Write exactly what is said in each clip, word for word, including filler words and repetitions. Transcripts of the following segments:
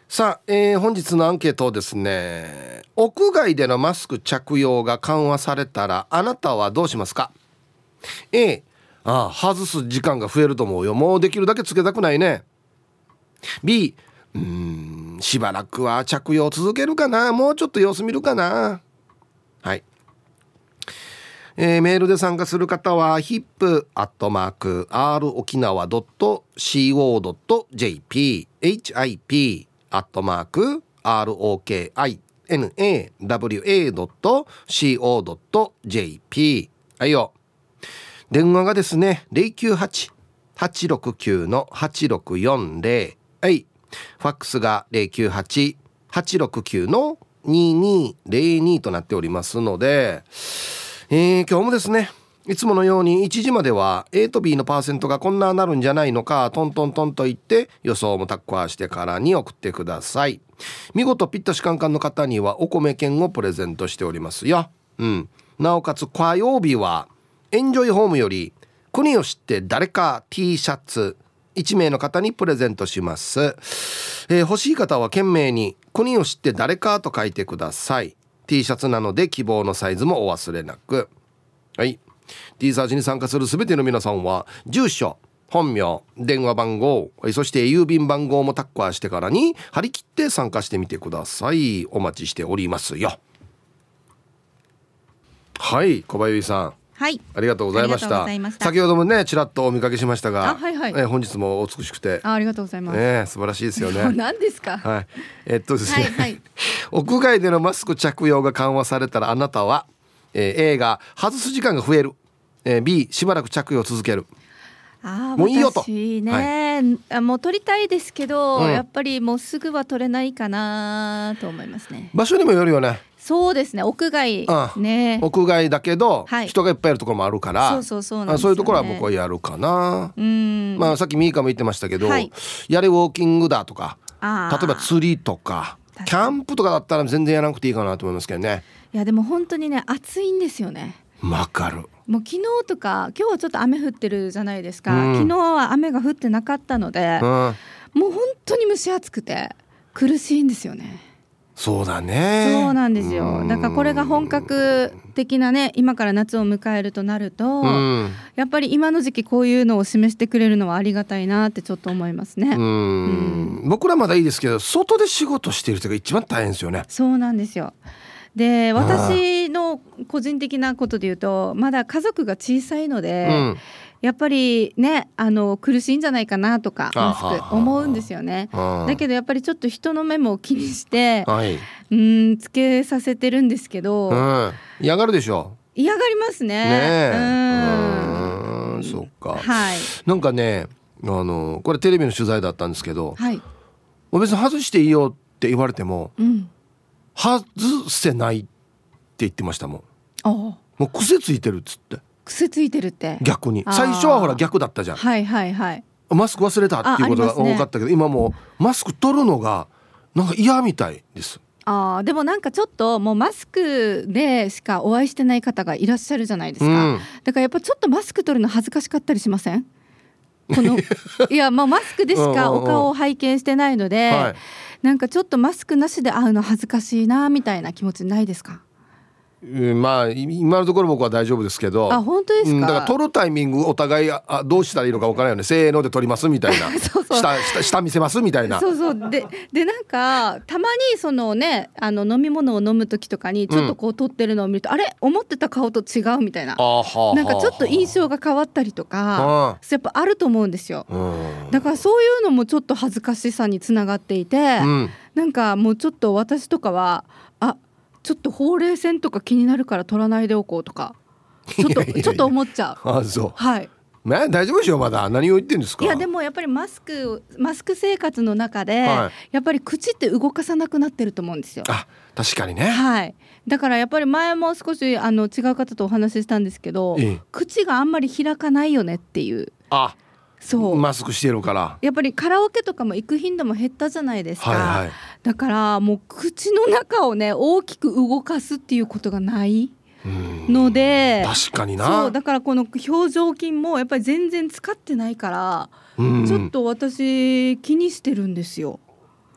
さあ、えー本日のアンケートですね。屋外でのマスク着用が緩和されたらあなたはどうしますか？ A、 ああ外す時間が増えると思うよ、もうできるだけつけたくないね。 B、 うーんしばらくは着用続けるかな、もうちょっと様子見るかな。はい、えーメールで参加する方は ヒップ アットマーク アール 沖縄 ドット シーオー ドット ジェーピー ヒップ アットマーク アール オーケーアイエヌエーダブリューエー ドット シーオー ドット ジェーピー。 はいよ。電話がですね ゼロきゅうはち はちろくきゅう はちろくよんゼロ。はい、ファックスが ゼロきゅうはち はちろくきゅう ににゼロにとなっておりますので、えー、今日もですねいつものようにいちじまでは A と B のパーセントがこんななるんじゃないのかトントントンと言って予想もタッカーしてからに送ってください。見事ピッタシカンカンの方にはお米券をプレゼントしておりますよ。うん、なおかつ火曜日はエンジョイホームより国を知って誰か T シャツいち名の方にプレゼントします。えー欲しい方は懸命に国を知って誰かと書いてください。 T シャツなので希望のサイズもお忘れなく。はい、 T サーチに参加するすべての皆さんは住所、本名、電話番号、そして郵便番号もタッカーしてからに張り切って参加してみてください。お待ちしておりますよ。はい、小林さん、 はい、 ありがとうございましありがとうた。 ございました。 先ほどもねちらっとお見かけしましたが、 あ、はいはい、 えー本日もお美しくてあ、ありがとうございます。 ね、素晴らしいですよね。 何ですか？ はい、えっとですね、 はいはい、 屋外でのマスク着用が緩和されたらあなたは、えー A が外す時間が増える、えー B しばらく着用を続ける。 あーもういいよと私ね、あもう撮りたいですけど、 うんやっぱりもうすぐは撮れないかなと思いますね。 場所にもよるよね。 そうですね、屋外あね。 屋外だけど、 はい人がいっぱいいるところもあるからそうそうそうなんですよね。 あそういうところは僕はやるかな。 うーん、 まあさっきミーカも言ってましたけど、 はいやれウォーキングだとかあー例えば釣りとか確かにキャンプとかだったら全然やらなくていいかなと思いますけどね。 いやでも本当にね暑いんですよね。 わかる。 もう昨日とか今日はちょっと雨降ってるじゃないですか、 うん昨日は雨が降ってなかったので、 うん、 もう本当に蒸し暑くて苦しいんですよね。 そうだね。 そうなんですよ。だからこれが本格的なね今から夏を迎えるとなると、 うんやっぱり今の時期こういうのを示してくれるのはありがたいなってちょっと思いますね。 うんうん僕らまだいいですけど外で仕事している人が一番大変ですよね。 そうなんですよ。で私の個人的なことで言うとまだ家族が小さいので、 うんやっぱりねあの苦しいんじゃないかなとかマスあははク思うんですよね。 うんだけどやっぱりちょっと人の目も気にしてはい、 うーんつけさせてるんですけど、 うん、嫌がるでしょ嫌がりますね。 ねえ。 うんうんそっか。 はいなんかねあのこれテレビの取材だったんですけど、 はい、 もう別に外していいよって言われてもうん、 外せないって言ってましたもん。 あもう癖ついてるっつって癖ついてるって逆にあー最初はほら逆だったじゃん。 はいはいはいマスク忘れたっていうことがあありますね多かったけど、今もうマスク取るのがなんか嫌みたいです。 あーでもなんかちょっともうマスクでしかお会いしてない方がいらっしゃるじゃないですか、 うんだからやっぱちょっとマスク取るの恥ずかしかったりしません？このいやもうマスクでしかお顔を拝見してないので、 はいなんかちょっとマスクなしで会うの恥ずかしいなみたいな気持ちないですか？ うんまあ今のところ僕は大丈夫ですけど。 あ本当ですか？ うんだから取るタイミングお互いああどうしたらいいのか分からないよね。せーので取りますみたいなそうそう下下下見せますみたいな。 そうそうででなんかたまにそのねあの飲み物を飲む時とかにちょっとこう撮ってるのを見ると、あれ思ってた顔と違うみたいな、 あはあはあなんかちょっと印象が変わったりとかあやっぱあると思うんですよ。 うんだからそういうのもちょっと恥ずかしさにつながっていて、 うんなんかもうちょっと私とかはあちょっとほうれい線とか気になるから取らないでおこうとかちょっといやいやいやちょっと思っちゃう。 あそう。 はいまあ大丈夫でしょまだ何を言ってんですか。 いやでもやっぱりマスクマスク生活の中で、 はいやっぱり口って動かさなくなってると思うんですよ。 あ確かにね。 はいだからやっぱり前も少しあの違う方とお話ししたんですけど、 ええ口があんまり開かないよねっていう。 あそうマスクしてるから。 やっぱりカラオケとかも行く頻度も減ったじゃないですか、 はいはいだからもう口の中をね大きく動かすっていうことがないうんので、 確かにな。 そうだからこの表情筋もやっぱり全然使ってないから、 うんちょっと私気にしてるんですよ。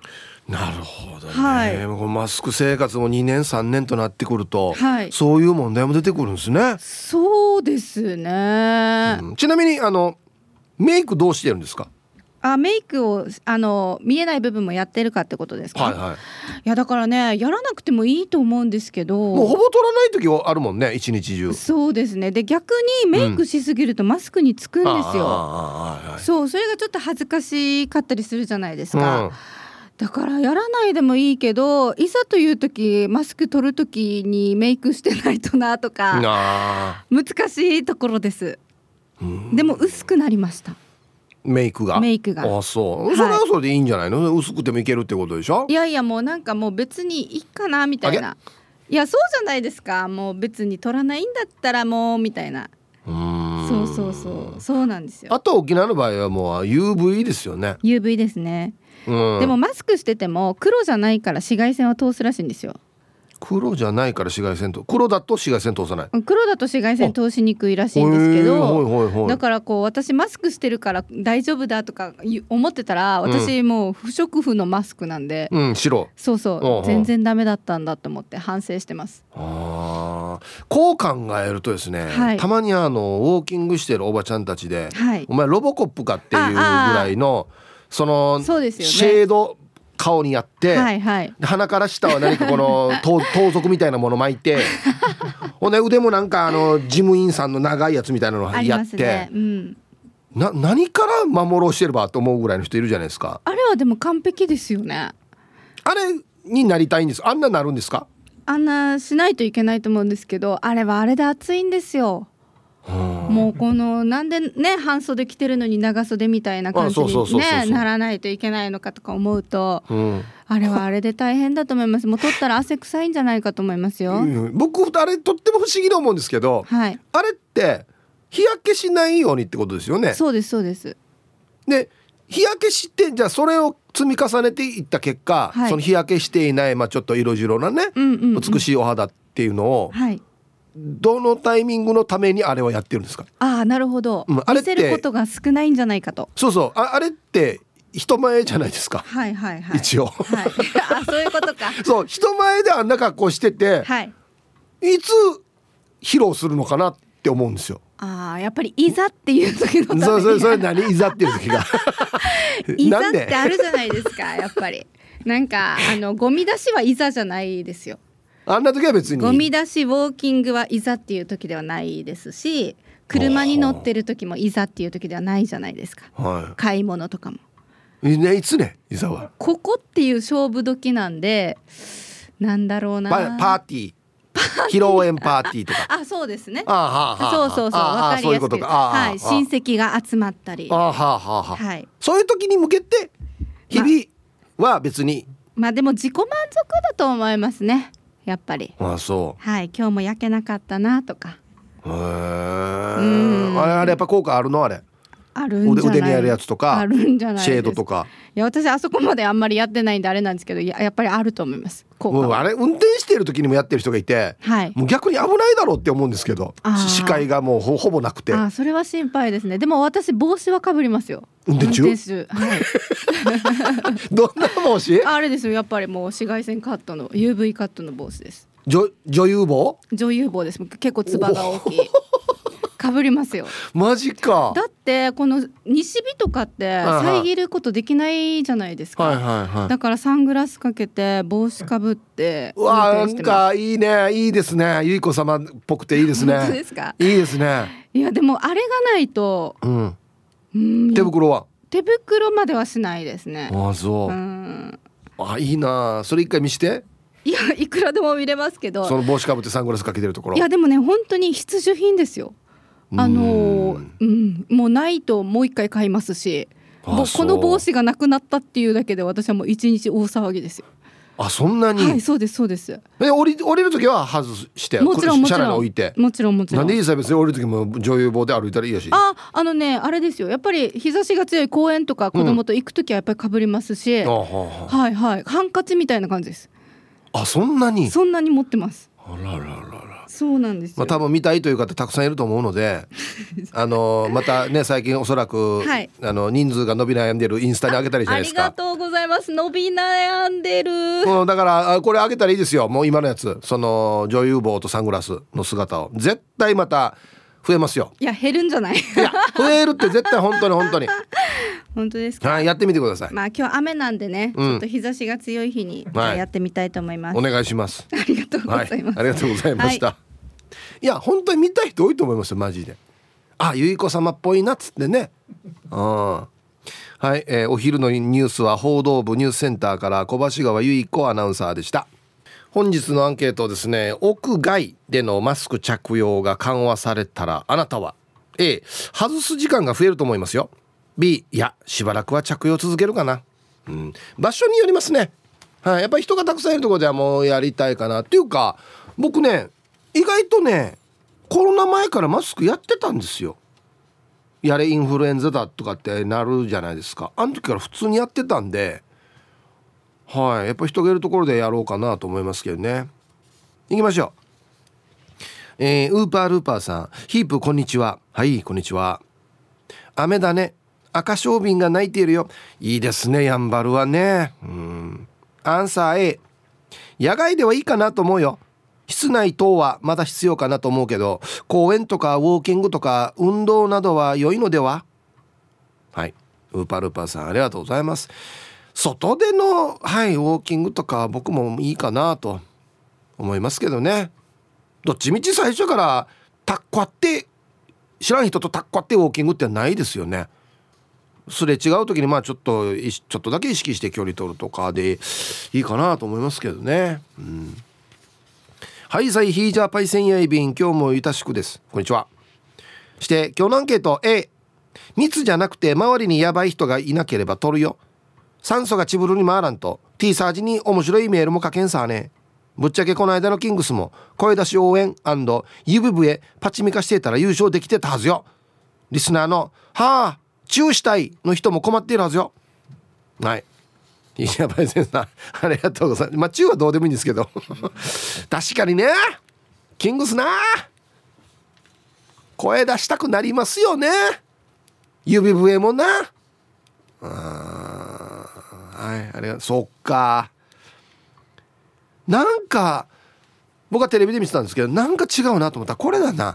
なるほどね、 はい、 このマスク生活もにねんさんねんとなってくると、 はい、 そういう問題も出てくるんですね。 そうですね、 うん、ちなみにあのメイクどうしてるんですか？ あ、メイクをあの見えない部分もやってるかってことですか？ はいはい、 いやだからね、やらなくてもいいと思うんですけど、 もうほぼ取らない時はあるもんね、一日中。 そうですね。で逆にメイクしすぎるとマスクにつくんですよ、 うん、ああ、はいはい、 そう、それがちょっと恥ずかしかったりするじゃないですか、 うん、 だからやらないでもいいけど、いざという時マスク取る時にメイクしてないとなとか、難しいところです。 うん、 でも薄くなりました、 メイクが。 メイクが。 あ、そう、 はい、 それはそれでいいんじゃないの？薄くてもいけるってことでしょ？ いやいや、もうなんかもう別にいいかなみたいな。いやそうじゃないですか。もう別に取らないんだったらもうみたいな。 うーん、 そうそうそうそうなんですよ。 あと沖縄の場合はもう ユーブイ ですよね。 ユーブイ ですね、 うん、 でもマスクしてても黒じゃないから紫外線を通すらしいんですよ。 黒じゃないから紫外線と、黒だと紫外線通さない。 黒だと紫外線通しにくいらしいんですけど、 はいはいはい、 だからこう私マスクしてるから大丈夫だとか思ってたら、私もう不織布のマスクなんで、 うん、白。 そうそう、 おうおう、 全然ダメだったんだと思って反省してます。 あ、こう考えるとですね、 はい、たまにあのウォーキングしてるおばちゃんたちで、 はい、 お前ロボコップかっていうぐらいのそのそうですよね、 シェード顔にやって、 はいはい、 鼻から下は何かこの盗賊みたいなもの巻いてほんで腕もなんかあの事務員さんの長いやつみたいなのをやって、ね、うん、な何から守ろうしてればと思うぐらいの人いるじゃないですか。 あれはでも完璧ですよね。 あれになりたいんです。あんななるんですか？ あんなしないといけないと思うんですけど、あれはあれで暑いんですよ。もうこのなんでね半袖着てるのに長袖みたいな感じにねならないといけないのかとか思うと、うん、あれはあれで大変だと思います。もう取ったら汗臭いんじゃないかと思いますよ、うん、 僕あれとっても不思議に思うんですけど、はい、あれって日焼けしないようにってことですよね。 そうですそうです。 で日焼けしてじゃあそれを積み重ねていった結果、はい、その日焼けしていない、まあ、ちょっと色白なね、うんうんうん、美しいお肌っていうのを、はい、どのタイミングのためにあれはやってるんですか？ ああ、なるほど、うん、あれって見せることが少ないんじゃないかと。 そうそう、 あ, あれって人前じゃないですか。 はいはいはい、 一応、 はい、あ、そういうことかそう、人前であんな格好してて、はい、いつ披露するのかなって思うんですよ。 ああ、やっぱりいざっていう時のためにそうそう、それ何いざっていう時がいざってあるじゃないですか。やっぱりなんかあのゴミ出しはいざじゃないですよ。 あんな時は別にゴミ出しウォーキングはいざっていう時ではないですし、車に乗ってる時もいざっていう時ではないじゃないですか、はい、買い物とかもい、ね、いつね、いざはここっていう勝負時なんで、なんだろうな、 パ, パーティー披露宴パーティーとかあ、そうですね、 あはあはあ、 そうそうそう、わかりやすく、 そういうことか、あ、 はい、親戚が集まったり、 あはあはあ、はい、そういう時に向けて日々は別に、 ま、まあでも自己満足だと思いますね、やっぱり。 あ、そう、 はい、今日も焼けなかったなとか。 へー、あれあれやっぱ効果あるの？あれあるんじゃない、 腕にやるやつとか、 あるんじゃないシェードとか。 いや私あそこまであんまりやってないんであれなんですけど、や, やっぱりあると思います。効果は。 もうあれ運転してる時にもやってる人がいて、はい、もう逆に危ないだろうって思うんですけど、視界がもう ほ, ほぼなくて、 あ、それは心配ですね。でも私帽子はかぶりますよ、 運転中。 運転手、はい、 どんな帽子？ あれですよ、やっぱりもう紫外線カットの ユーブイ カットの帽子です。 女, 女優帽？ 女優帽です。結構つばが大きいかぶりますよ。 マジか。 だってこの西日とかって遮ることできないじゃないですか、はいはいはい、だからサングラスかけて帽子かぶって運転してます。うわ、なんかいいね、いいですね、ゆいこ様っぽくていいですね。 本当ですか？ いいですね。 いやでもあれがないと、うん、 うん、手袋は？ 手袋まではしないですね。 あ、そう、うん、あ、いいな、それ一回見して。 いや、いくらでも見れますけど、 その帽子かぶってサングラスかけてるところ。 いやでもね、本当に必需品ですよ。あのーうん、もうないともう一回買いますし、もうこの帽子がなくなったっていうだけで私はもう一日大騒ぎですよ。 あ、そんなに？ はい、そうですそうです。 え、降り、降りるときは外して、 もちろんもちろん、 車内に置いて、 もちろんもちろん。 なんでいいさ、別に降りるときも女優帽で歩いたらいいやし。 あ、あのね、あれですよ、やっぱり日差しが強い公園とか子供と行くときはやっぱり被りますし、うん、はいはい、ハンカチみたいな感じです。 あ、そんなに？ そんなに持ってます。 あらららら。 そうなんですよ、 まあ、多分見たいという方たくさんいると思うのであのまたね最近おそらく、はい、あの人数が伸び悩んでるインスタに上げたりじゃないですか。 ありがとうございます。伸び悩んでる、 うん、だからこれ上げたらいいですよ。もう今のやつその女優帽とサングラスの姿を絶対また増えますよ。 いや減るんじゃない？いや増えるって絶対本当に本当に本当ですか？ はい、やってみてください。 まあ今日雨なんでね、うん、ちょっと日差しが強い日に、はい、やってみたいと思います。 お願いします。 ありがとうございます、 はい、ありがとうございました、はい、いや本当に見たい人多いと思いますよマジで。あ、ゆいこ様っぽいなっつってね。うん、はい、えー、お昼のニュースは報道部ニュースセンターから小橋川ゆいこアナウンサーでした。本日のアンケートですね、屋外でのマスク着用が緩和されたらあなたは A 外す時間が増えると思いますよ。 B いやしばらくは着用続けるかな、うん、場所によりますね、はい、やっぱり人がたくさんいるところではもうやりたいかなっていうか、僕ね意外とねコロナ前からマスクやってたんですよ。やれインフルエンザだとかってなるじゃないですか。あの時から普通にやってたんで、はい、やっぱ人がいるところでやろうかなと思いますけどね。行きましょう。えー、ウーパールーパーさん、ヒープこんにちは。はい、こんにちは。雨だね。赤小瓶が鳴いているよ。いいですね、やんばるはね。うん。アンサー A、 野外ではいいかなと思うよ。室内等はまだ必要かなと思うけど、公園とかウォーキングとか運動などは良いのでは。はい、ウーパールーパーさんありがとうございます。外での、はい、ウォーキングとか僕もいいかなと思いますけどね。どっちみち最初からタッコあって知らん人とタッコあってウォーキングってないですよね。すれ違う時にまあちょっとちょっとだけ意識して距離取るとかでいいかなと思いますけどね、うん、はい、さいヒージャーパイセンヤイビン、今日もゆたしくです。こんにちは。して今日のアンケート A、 密じゃなくて周りにやばい人がいなければ取るよ。酸素がチブルに回らんと T サージに面白いメールも書けんさね。ぶっちゃけこの間のキングスも声出し応援&指笛パチミカしてたら優勝できてたはずよ。リスナーのはあチューしたいの人も困っているはずよ。はい、いやばい先生ありがとうございます。まあチューはどうでもいいんですけど確かにねキングスな声出したくなりますよね。指笛もな。あ、はい、ありがとう。そっか、なんか僕はテレビで見てたんですけどなんか違うなと思ったらこれだな。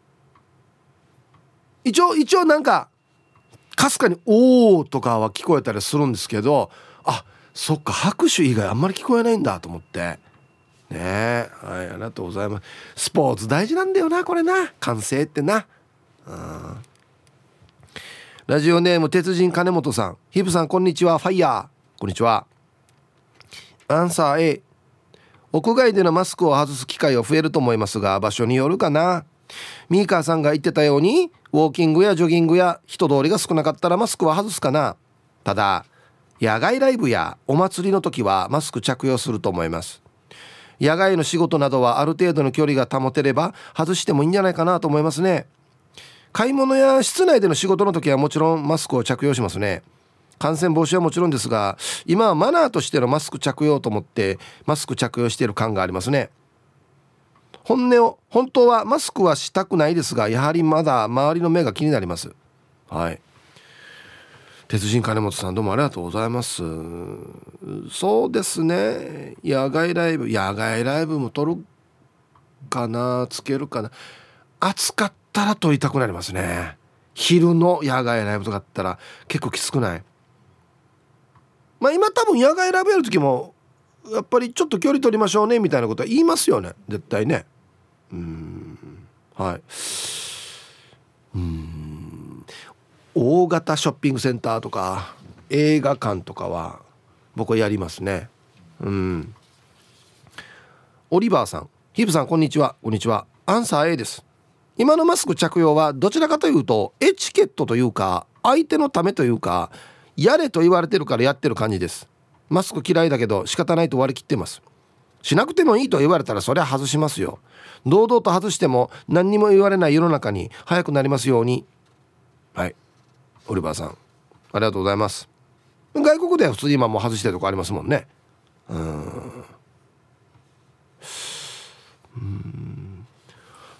一応一応なんかかすかにおーとかは聞こえたりするんですけど、あ、そっか拍手以外あんまり聞こえないんだと思ってねえ。はい、ありがとうございます。スポーツ大事なんだよなこれな、歓声ってな。うん、ラジオネーム鉄人金本さん、ヒブさんこんにちは。ファイヤーこんにちは。アンサー A、 屋外でのマスクを外す機会は増えると思いますが場所によるかな。ミーカーさんが言ってたようにウォーキングやジョギングや人通りが少なかったらマスクは外すかな。ただ野外ライブやお祭りの時はマスク着用すると思います。野外の仕事などはある程度の距離が保てれば外してもいいんじゃないかなと思いますね。買い物や室内での仕事の時はもちろんマスクを着用しますね。感染防止はもちろんですが今はマナーとしてのマスク着用と思ってマスク着用している感がありますね。本音を本当はマスクはしたくないですがやはりまだ周りの目が気になります。はい、鉄人金本さんどうもありがとうございます。そうですね、野外ライブ野外ライブも撮るかな、つけるかな。暑かったら撮りたくなりますね。昼の野外ライブとかだったら結構きつくない？まあ今多分野外ライブやる時もやっぱりちょっと距離取りましょうねみたいなことは言いますよね絶対ね。うーん、はい、うーん、大型ショッピングセンターとか映画館とかは僕はやりますね。うん。オリバーさん、ヒブさんこんにちは。こんにちは。アンサー A です。今のマスク着用はどちらかというとエチケットというか相手のためというかやれと言われてるからやってる感じです。マスク嫌いだけど仕方ないと割り切ってます。しなくてもいいと言われたらそりゃ外しますよ。堂々と外しても何にも言われない世の中に早くなりますように。はい、オリバーさんありがとうございます。外国では普通に今もう外してるとこありますもんね。うーん、うーん、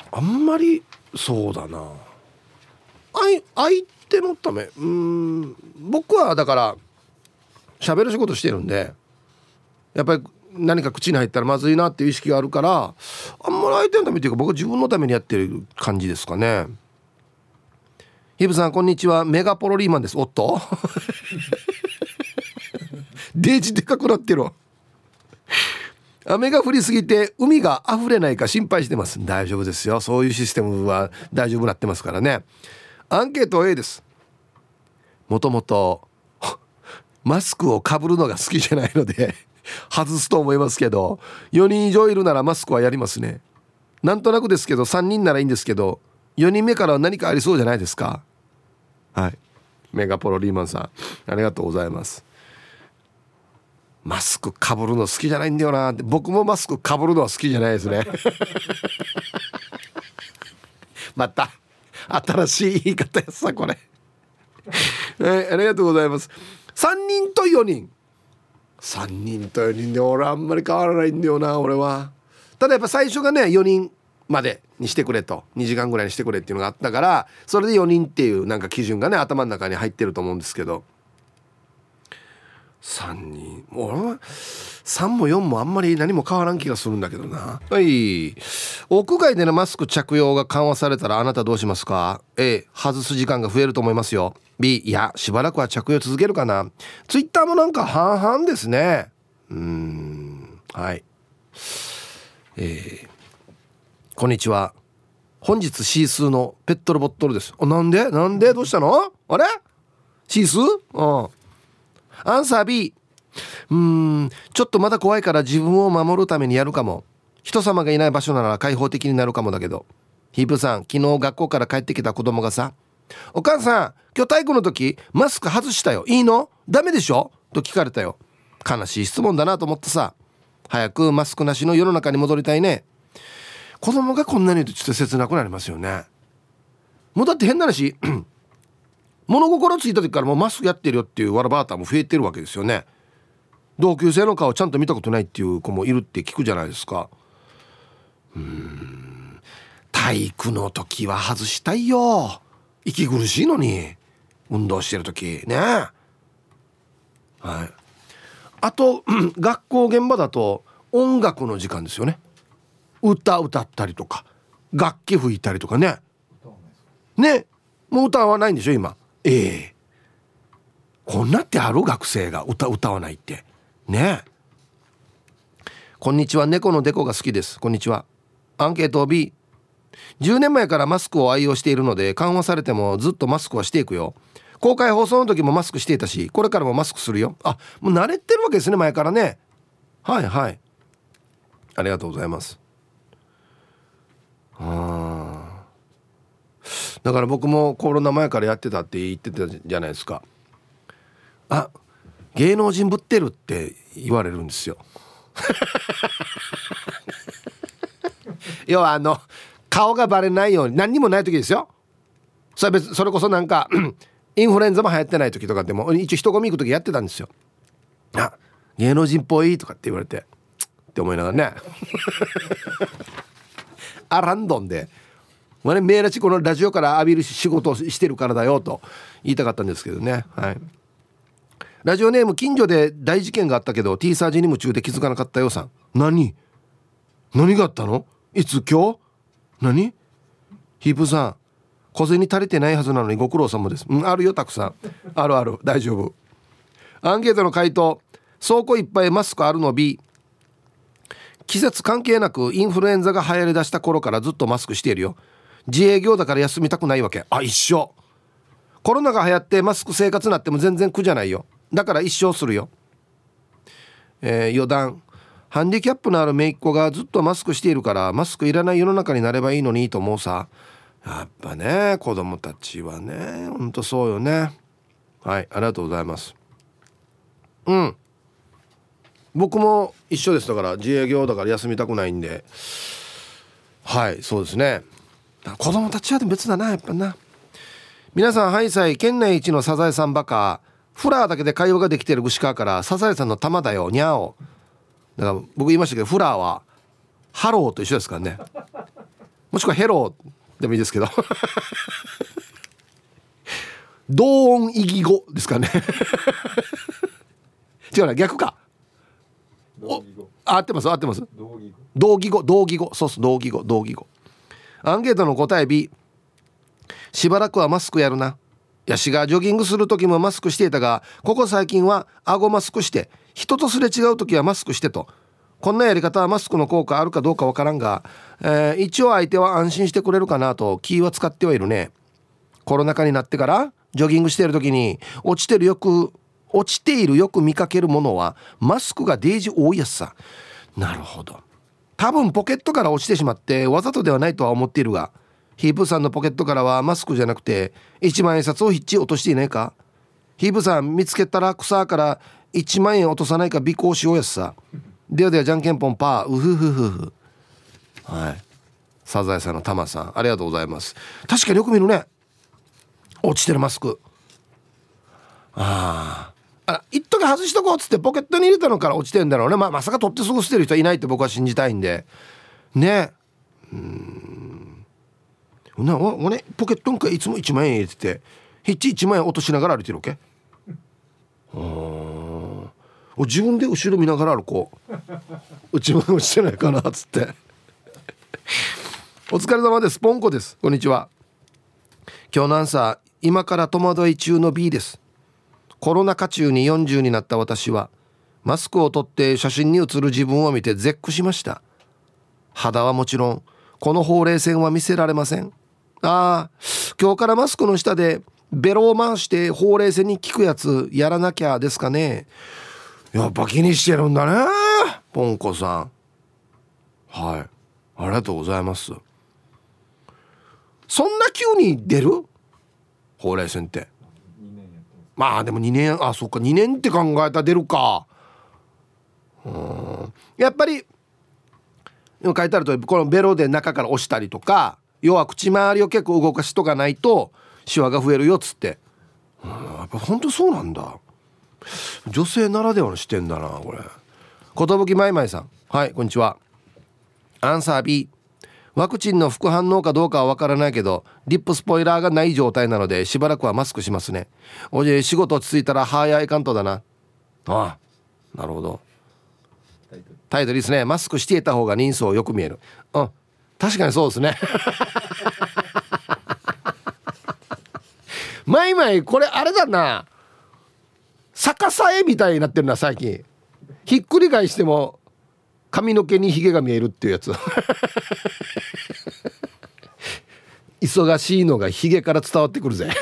あんまりそうだな、相相手のため、うーん僕はだから喋る仕事してるんで、やっぱり何か口に入ったらまずいなっていう意識があるから、あんまり相手のためっていうか僕は自分のためにやってる感じですかね。ヒブさんこんにちは、メガポロリーマンです。おっとデージでかくなってる。雨が降りすぎて海が溢れないか心配してます。大丈夫ですよ、そういうシステムは大丈夫になってますからね。アンケート A です。もともとマスクをかぶるのが好きじゃないので外すと思いますけど、よにん以上いるならマスクはやりますね。なんとなくですけどさんにんならいいんですけど、よにんめからは何かありそうじゃないですか。はい、メガポロリーマンさんありがとうございます。マスクかぶるの好きじゃないんだよなって。僕もマスクかぶるのは好きじゃないですねまた新しい言い方やさこれはい、ありがとうございます。さんにんとよにん、さんにんとよにんで俺あんまり変わらないんだよな俺は。ただやっぱ最初がねよにんまでにしてくれと、にじかんぐらいにしてくれっていうのがあったから、それでよにんっていうなんか基準がね頭の中に入ってると思うんですけど、さんにん俺はさんもよんもあんまり何も変わらん気がするんだけどな。はい、屋外でのマスク着用が緩和されたらあなたどうしますか？ A 外す時間が増えると思いますよ。 B いやしばらくは着用続けるかな。ツイッターもなんか半々ですね。うーん、はい、えー、こんにちは、本日シースーのペットボトルです。あ、なんでなんでどうしたの？あれシースー？うん、アンサー B。 うーんちょっとまだ怖いから自分を守るためにやるかも。人様がいない場所なら開放的になるかもだけど。ヒープさん、昨日学校から帰ってきた子供がさ、お母さん今日体育の時マスク外したよ、いいの？ダメでしょ？と聞かれたよ。悲しい質問だなと思ってさ、早くマスクなしの世の中に戻りたいね。子供がこんなに言うとちょっと切なくなりますよね。もうだって変な話物心ついた時からもうマスクやってるよっていうワラバーターも増えてるわけですよね。同級生の顔ちゃんと見たことないっていう子もいるって聞くじゃないですか。うーん体育の時は外したいよ、息苦しいのに運動してる時ね。はい、あと学校現場だと音楽の時間ですよね。歌歌ったりとか楽器吹いたりとかね。ね、もう歌わないんでしょ今。ええー、こんなってある？学生が歌歌わないってね。こんにちは、猫のデコが好きです。こんにちは。アンケート B。 じゅうねんまえからマスクを愛用しているので緩和されてもずっとマスクはしていくよ。公開放送の時もマスクしていたし、これからもマスクするよ。あ、もう慣れてるわけですね、前からね。はいはい、ありがとうございます。あー、だから僕もコロナ前からやってたって言ってたじゃないですか。あ、芸能人ぶってるって言われるんですよ要はあの顔がバレないように、何にもない時ですよ。それ別それこそなんかインフルエンザも流行ってない時とかでも一応人混み行く時やってたんですよ。あ、芸能人っぽいとかって言われてって思いながらねアランドンでまあね、メーラチこのラジオから浴びる仕事をしてるからだよと言いたかったんですけどね。はい、ラジオネーム近所で大事件があったけど T サージに夢中で気づかなかったよさん。何何があったの？いつ？今日？何？ヒープさん、小銭足りてないはずなのにご苦労様です。うん、あるよ、たくさんあるある、大丈夫。アンケートの回答、倉庫いっぱいマスクあるの B。 季節関係なくインフルエンザが流行りだした頃からずっとマスクしているよ。自営業だから休みたくないわけ。あ、一緒。コロナが流行ってマスク生活になっても全然苦じゃないよ。だから一生するよ。えー、余談、ハンディキャップのある姪っ子がずっとマスクしているからマスクいらない世の中になればいいのにと思うさ。やっぱね、子供たちはね、ほんとそうよね。はい、ありがとうございます。うん、僕も一緒です。だから自営業だから休みたくないんで、はい、そうですね。子供たちは別だな、やっぱな。皆さん、ハイサイ、県内一のサザエさんバカ、フラーだけで会話ができている串川からサザエさんの玉だよ、にゃお。だから僕言いましたけど、フラーはハローと一緒ですからね。 もしくはヘロでもいいですけど同音異義語ですかね違うな、逆か。同義語。合ってます合ってます。同義語同義語同義語そうそう同義語同義語。アンケートの答え B。 しばらくはマスクやるな。ヤシがジョギングする時もマスクしていたが、ここ最近は顎マスクして、人とすれ違う時はマスクしてと。こんなやり方はマスクの効果あるかどうかわからんが、えー、一応相手は安心してくれるかなと気は使ってはいるね。コロナ禍になってからジョギングしている時に落ちてるよく落ちているよく見かけるものはマスクがデージ多いやつさ。なるほど。多分ポケットから落ちてしまってわざとではないとは思っているが、ヒープさんのポケットからはマスクじゃなくていちまん円札をひっち落としていないか。ヒープさん見つけたら草からいちまん円落とさないか尾行しようやつさ。ではではじゃんけんぽんパー。うふふふふ。はい、サザエさんのタマさんありがとうございます。確かによく見るね、落ちてるマスク。ああ、あ、一時外しとこうっつってポケットに入れたのから落ちてんだろうね。まあ、まさか取ってすぐ捨てる人はいないって僕は信じたいんでね。うーんなおね、ポケットんかいつもいちまん円入れててひっちいちまん円落としながら歩いてるわけ。お自分で後ろ見ながら歩こう内も落ちてないかなっつってお疲れ様です。ポンコです。こんにちは。今日のアンサー、今から戸惑い中の B です。コロナ禍中によんじゅうになった私はマスクを取って写真に写る自分を見て絶句しました。肌はもちろんこのほうれい線は見せられません。ああ、今日からマスクの下でベロを回してほうれい線に効くやつやらなきゃですかね。やっぱ気にしてるんだね、ポンコさん。はい、ありがとうございます。そんな急に出るほうれい線って。まあでもにねん、あ、そっかにねんって考えたら出るか。うーん、やっぱり書いてあるとおりこのベロで中から押したりとか、要は口周りを結構動かしとかないとシワが増えるよっつって。うん、やっぱ本当そうなんだ。女性ならではの視点だなこれ。ことぶきまいまいさん、はい、こんにちは。アンサー B。 ワクチンの副反応かどうかはわからないけどリップスポイラーがない状態なのでしばらくはマスクしますね。おじ仕事落ち着いたらはやいかんとだな。ああ、なるほど。タイトルですね。マスクしていた方が人相よく見える。うん、確かにそうですねまいまいこれあれだな、逆さ絵みたいになってるな最近。ひっくり返しても髪の毛にヒゲが見えるっていうやつ忙しいのがヒゲから伝わってくるぜ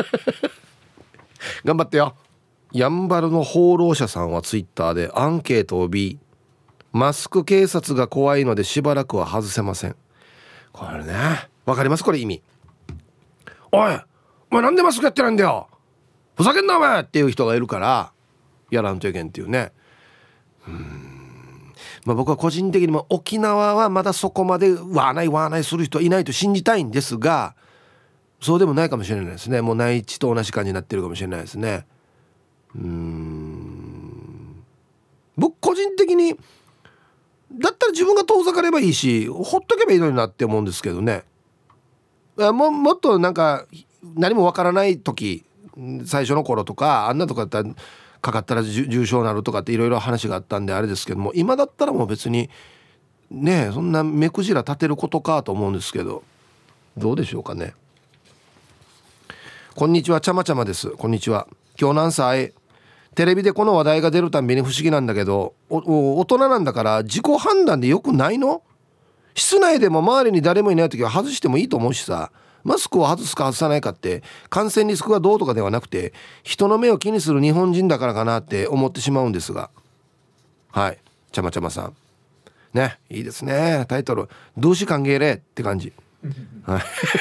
頑張ってよ。やんばるの放浪者さんはツイッターでアンケートを B。 マスク警察が怖いのでしばらくは外せません。これね、わかりますこれ意味。おいお前なんでマスクやってないんだよ、ふざけんなお前っていう人がいるからやらんといけんっていうね。うーん、まあ僕は個人的にも沖縄はまだそこまでわーないわーないする人いないと信じたいんですが、そうでもないかもしれないですね。もう内地と同じ感じになってるかもしれないですね。うーん、僕個人的にだったら自分が遠ざかればいいしほっとけばいいのになって思うんですけどね。も, もっとなんか何もわからない時、最初の頃とかあんなとかだったらかかったら重症になるとかっていろいろ話があったんであれですけども、今だったらもう別にねそんな目くじら立てることかと思うんですけど、どうでしょうかね。こんにちは、ちゃまちゃまです。こんにちは。今日のアンサー A。 テレビでこの話題が出るたんびに不思議なんだけど、お大人なんだから自己判断でよくないの？室内でも周りに誰もいない時は外してもいいと思うしさ、マスクを外すか外さないかって感染リスクがどうとかではなくて人の目を気にする日本人だからかなって思ってしまうんですが。はい、ちゃまちゃまさんね、いいですね。タイトルどうし歓迎れって感じはい、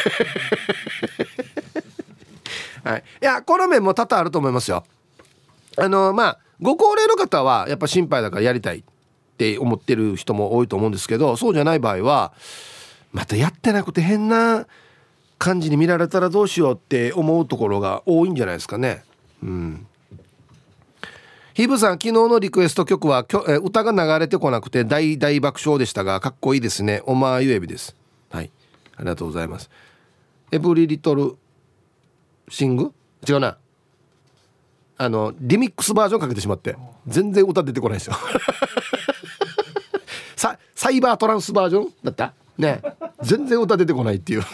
はい、いやこの面も多々あると思いますよ。あのまあご高齢の方はやっぱ心配だからやりたいって思ってる人も多いと思うんですけど、そうじゃない場合はまたやってなくて変な感じに見られたらどうしようって思うところが多いんじゃないですかね。うん。ヒブさん、昨日のリクエスト曲はえ歌が流れてこなくて大大爆笑でしたがかっこいいですね。おまゆえびです。はい、 ありがとうございます。エブリリトルシング違うな、あのリミックスバージョンかけてしまって全然歌出てこないですよサ, サイバートランスバージョンだったね、全然歌出てこないっていう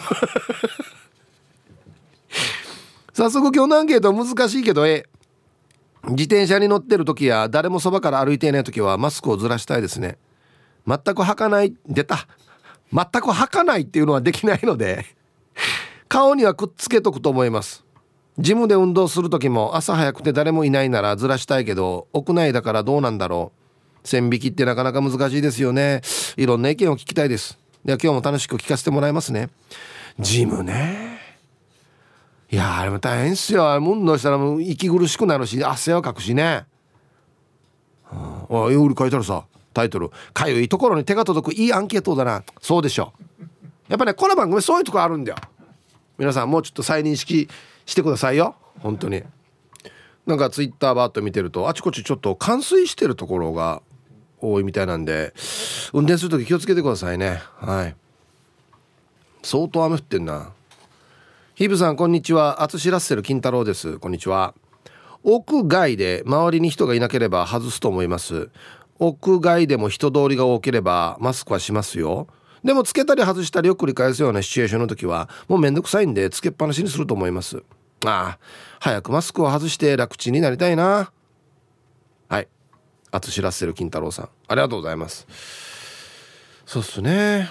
早速今日のアンケートは難しいけど、え自転車に乗ってる時や誰もそばから歩いていない時はマスクをずらしたいですね。全く履かない出た全く履かないっていうのはできないので顔にはくっつけとくと思います。ジムで運動する時も朝早くて誰もいないならずらしたいけど屋内だからどうなんだろう。線引きってなかなか難しいですよね。いろんな意見を聞きたいです。では今日も楽しく聞かせてもらいますね。ジムね、いやあれも大変っすよ。運動したらもう息苦しくなるし汗はかくしね。ああ、より書いてあるさ、タイトルかゆいところに手が届くいいアンケートだな。そうでしょ。やっぱねこの番組そういうとこあるんだよ。皆さんもうちょっと再認識してくださいよ本当に。なんかツイッターバーッと見てるとあちこちちょっと冠水してるところが多いみたいなんで運転するとき気をつけてくださいね。はい、相当雨降ってんな。ヒブさんこんにちは、厚ラッセル金太郎です。こんにちは。屋外で周りに人がいなければ外すと思います。屋外でも人通りが多ければマスクはしますよ。でもつけたり外したりを繰り返すようなシチュエーションの時はもうめんどくさいんでつけっぱなしにすると思います。ああ、早くマスクを外して楽ちんになりたいな。はい、厚ラッセル金太郎さんありがとうございます。そうっすね、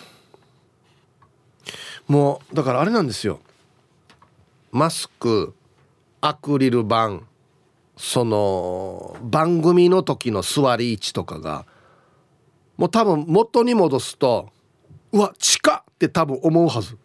もうだからあれなんですよ、マスク、アクリル板、その番組の時の座り位置とかがもう多分元に戻すとうわ近っって多分思うはず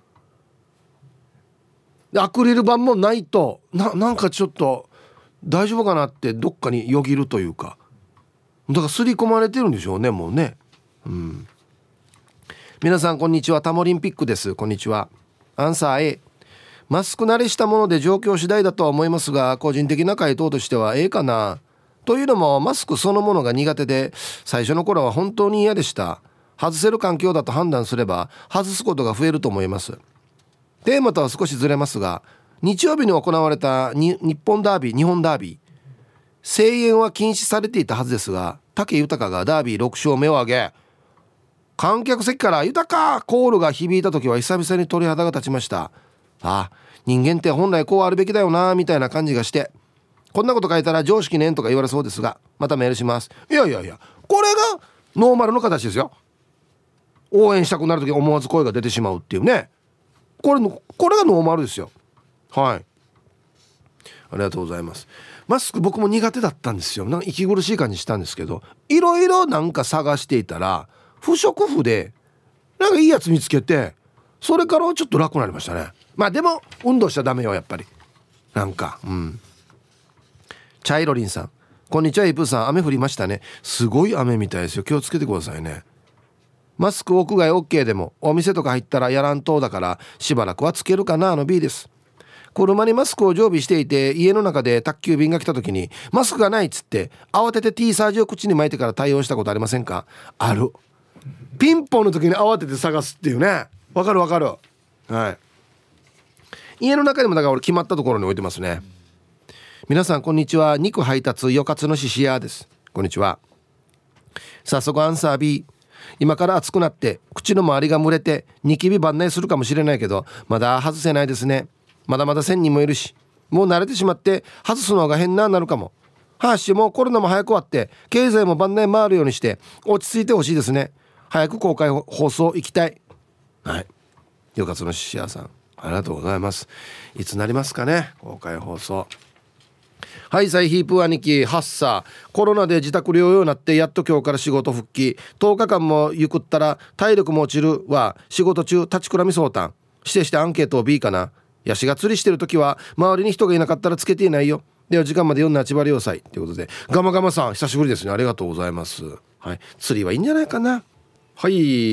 で、アクリル板もないと な, なんかちょっと大丈夫かなってどっかによぎるというか、だから刷り込まれてるんでしょうねもうね。うん、皆さんこんにちは、タモリンピックです。こんにちは。アンサー A、マスク慣れしたもので状況次第だとは思いますが個人的な回答としては A かな。というのもマスクそのものが苦手で最初の頃は本当に嫌でした。外せる環境だと判断すれば外すことが増えると思います。テーマとは少しずれますが日曜日に行われたに日本ダービー日本ダービー声援は禁止されていたはずですが武豊がダービーろく勝目を挙げ観客席から豊コールが響いた時は久々に鳥肌が立ちました。ああ、人間って本来こうあるべきだよなみたいな感じがして、こんなこと書いたら常識ねんとか言われそうですがまたメールします。いやいやいや、これがノーマルの形ですよ。応援したくなるとき思わず声が出てしまうっていうね、これのこれがノーマルですよ。はい、ありがとうございます。マスク僕も苦手だったんですよ。なんか息苦しい感じしたんですけどいろいろなんか探していたら不織布でなんかいいやつ見つけてそれからちょっと楽になりましたね。まあでも運動しちゃダメよやっぱりなんか。うん。チャイロリンさんこんにちは。イプさん雨降りましたね。すごい雨みたいですよ。気をつけてくださいね。マスク屋外 OK でもお店とか入ったらやらんとだからしばらくはつけるかなの B です。車にマスクを常備していて家の中で宅急便が来た時にマスクがないっつって慌てて T サージを口に巻いてから対応したことありませんか？ある。ピンポンの時に慌てて探すっていうね。わかるわかる。はい、家の中でもだから俺決まったところに置いてますね。皆さんこんにちは。肉配達よかつのししやです。こんにちは。早速アンサー B。今から暑くなって口の周りが蒸れてニキビ番内するかもしれないけどまだ外せないですね。まだまだせんにんもいるしもう慣れてしまって外すのが変ななるかも。はーしもうコロナも早く終わって経済も番内回るようにして落ち着いてほしいですね。早く公開放送行きたい。はい、よかつのししやさんありがとうございます。いつなりますかね公開放送。はい、サイヒープ兄貴はっさコロナで自宅療養になってやっと今日から仕事復帰とおかかんもゆくったら体力も落ちるは仕事中立ちくらみそうたんしてしてアンケートを B かな。ヤシが釣りしてる時は周りに人がいなかったらつけていないよ。では時間まで読んだ千葉良祭ということでガマガマさん久しぶりですね。ありがとうございます。はい、釣りはいいんじゃないかな。はい、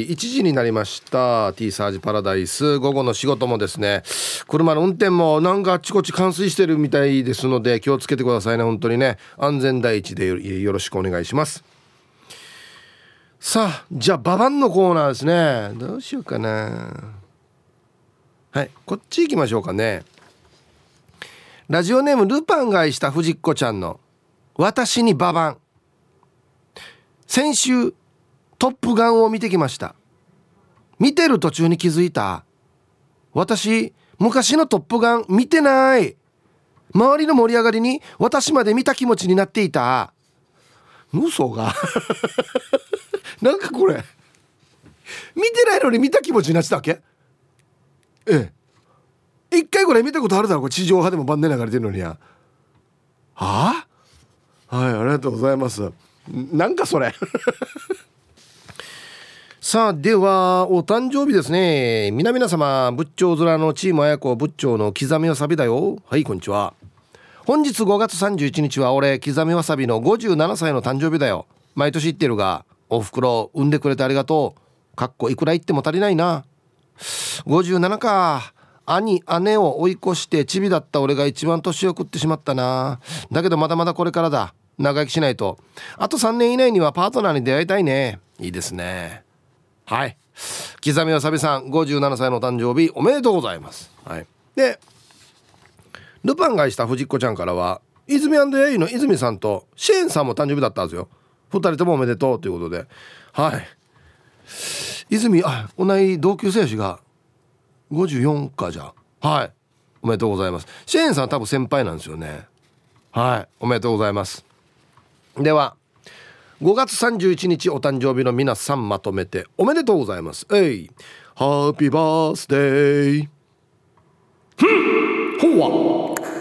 いちじになりました。 T サージパラダイス午後の仕事もですね車の運転もなんかあっちこっち冠水してるみたいですので気をつけてくださいね。本当にね安全第一で よ, よろしくお願いします。さあじゃあババンのコーナーですね。どうしようかな。 はい、こっち行きましょうかね。ラジオネームルパンが愛した藤子ちゃんの私にババン。先週トップガンを見てきました。見てる途中に気づいた。私昔のトップガン見てない。周りの盛り上がりに私まで見た気持ちになっていた。嘘がなんかこれ見てないのに見た気持ちになってたわけ。ええ、一回ぐらい見たことあるだろこれ。地上波でも晩年流れてるのにや。はあ、はい、ありがとうございます。なんかそれさあではお誕生日ですね。皆々様、仏頂面のチームあやこ仏頂の刻みわさびだよ。はい、こんにちは。本日ごがつさんじゅういちにちは俺刻みわさびのごじゅうななさいの誕生日だよ。毎年言ってるがおふくろ産んでくれてありがとう。かっこいくら言っても足りないな。ごじゅうななか。兄姉を追い越してチビだった俺が一番年を食ってしまったな。だけどまだまだこれからだ。長生きしないと。あとさんねん以内にはパートナーに出会いたいね。いいですね。はい、刻みわさびさんごじゅうななさいの誕生日おめでとうございます。はい、でルパンが愛した藤子ちゃんからは泉&ヤイの泉さんとシェーンさんも誕生日だったんですよ。ふたりともおめでとうということで、はい、泉、あ、同い同級生やしがごじゅうよんか。じゃあはい、おめでとうございます。シェーンさんは多分先輩なんですよね。はい、おめでとうございます。ではごがつさんじゅういちにちお誕生日の皆さんまとめておめでとうございます。えい、ハッピーバースデー。ふんほわ。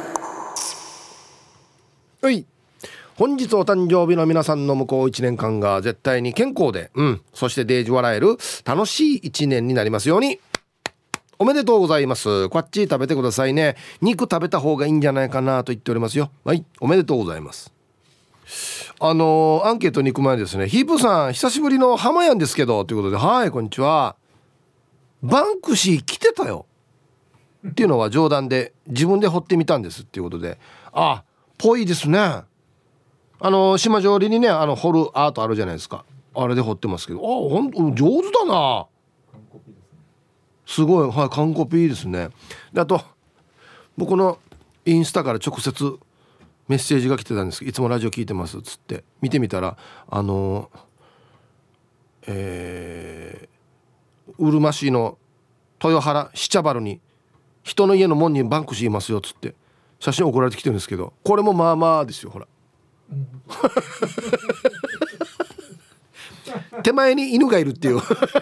はい、本日お誕生日の皆さんの向こういちねんかんが絶対に健康で、うん、そしてデージ笑える楽しいいちねんになりますように。おめでとうございます。こっち食べてくださいね。肉食べた方がいいんじゃないかなと言っておりますよ。はい、おめでとうございます。あのー、アンケートに行く前にですね、ヒープさん久しぶりの浜やんですけどということで、はい、こんにちは。バンクシー来てたよっていうのは冗談で自分で掘ってみたんですっていうことで、あ、ぽいですね。あのー、島上りにね、あの掘るアートあるじゃないですか。あれで掘ってますけど、あ、ほんと上手だな。すごい、はい、完コピですね。であと僕のインスタから直接メッセージが来てたんですけど、いつもラジオ聞いてますっつって見てみたら、あのえー、うるま市の豊原七茶原に人の家の門にバンクシーいますよっつって写真送られてきてるんですけど、これもまあまあですよ。ほら手前に犬がいるっていう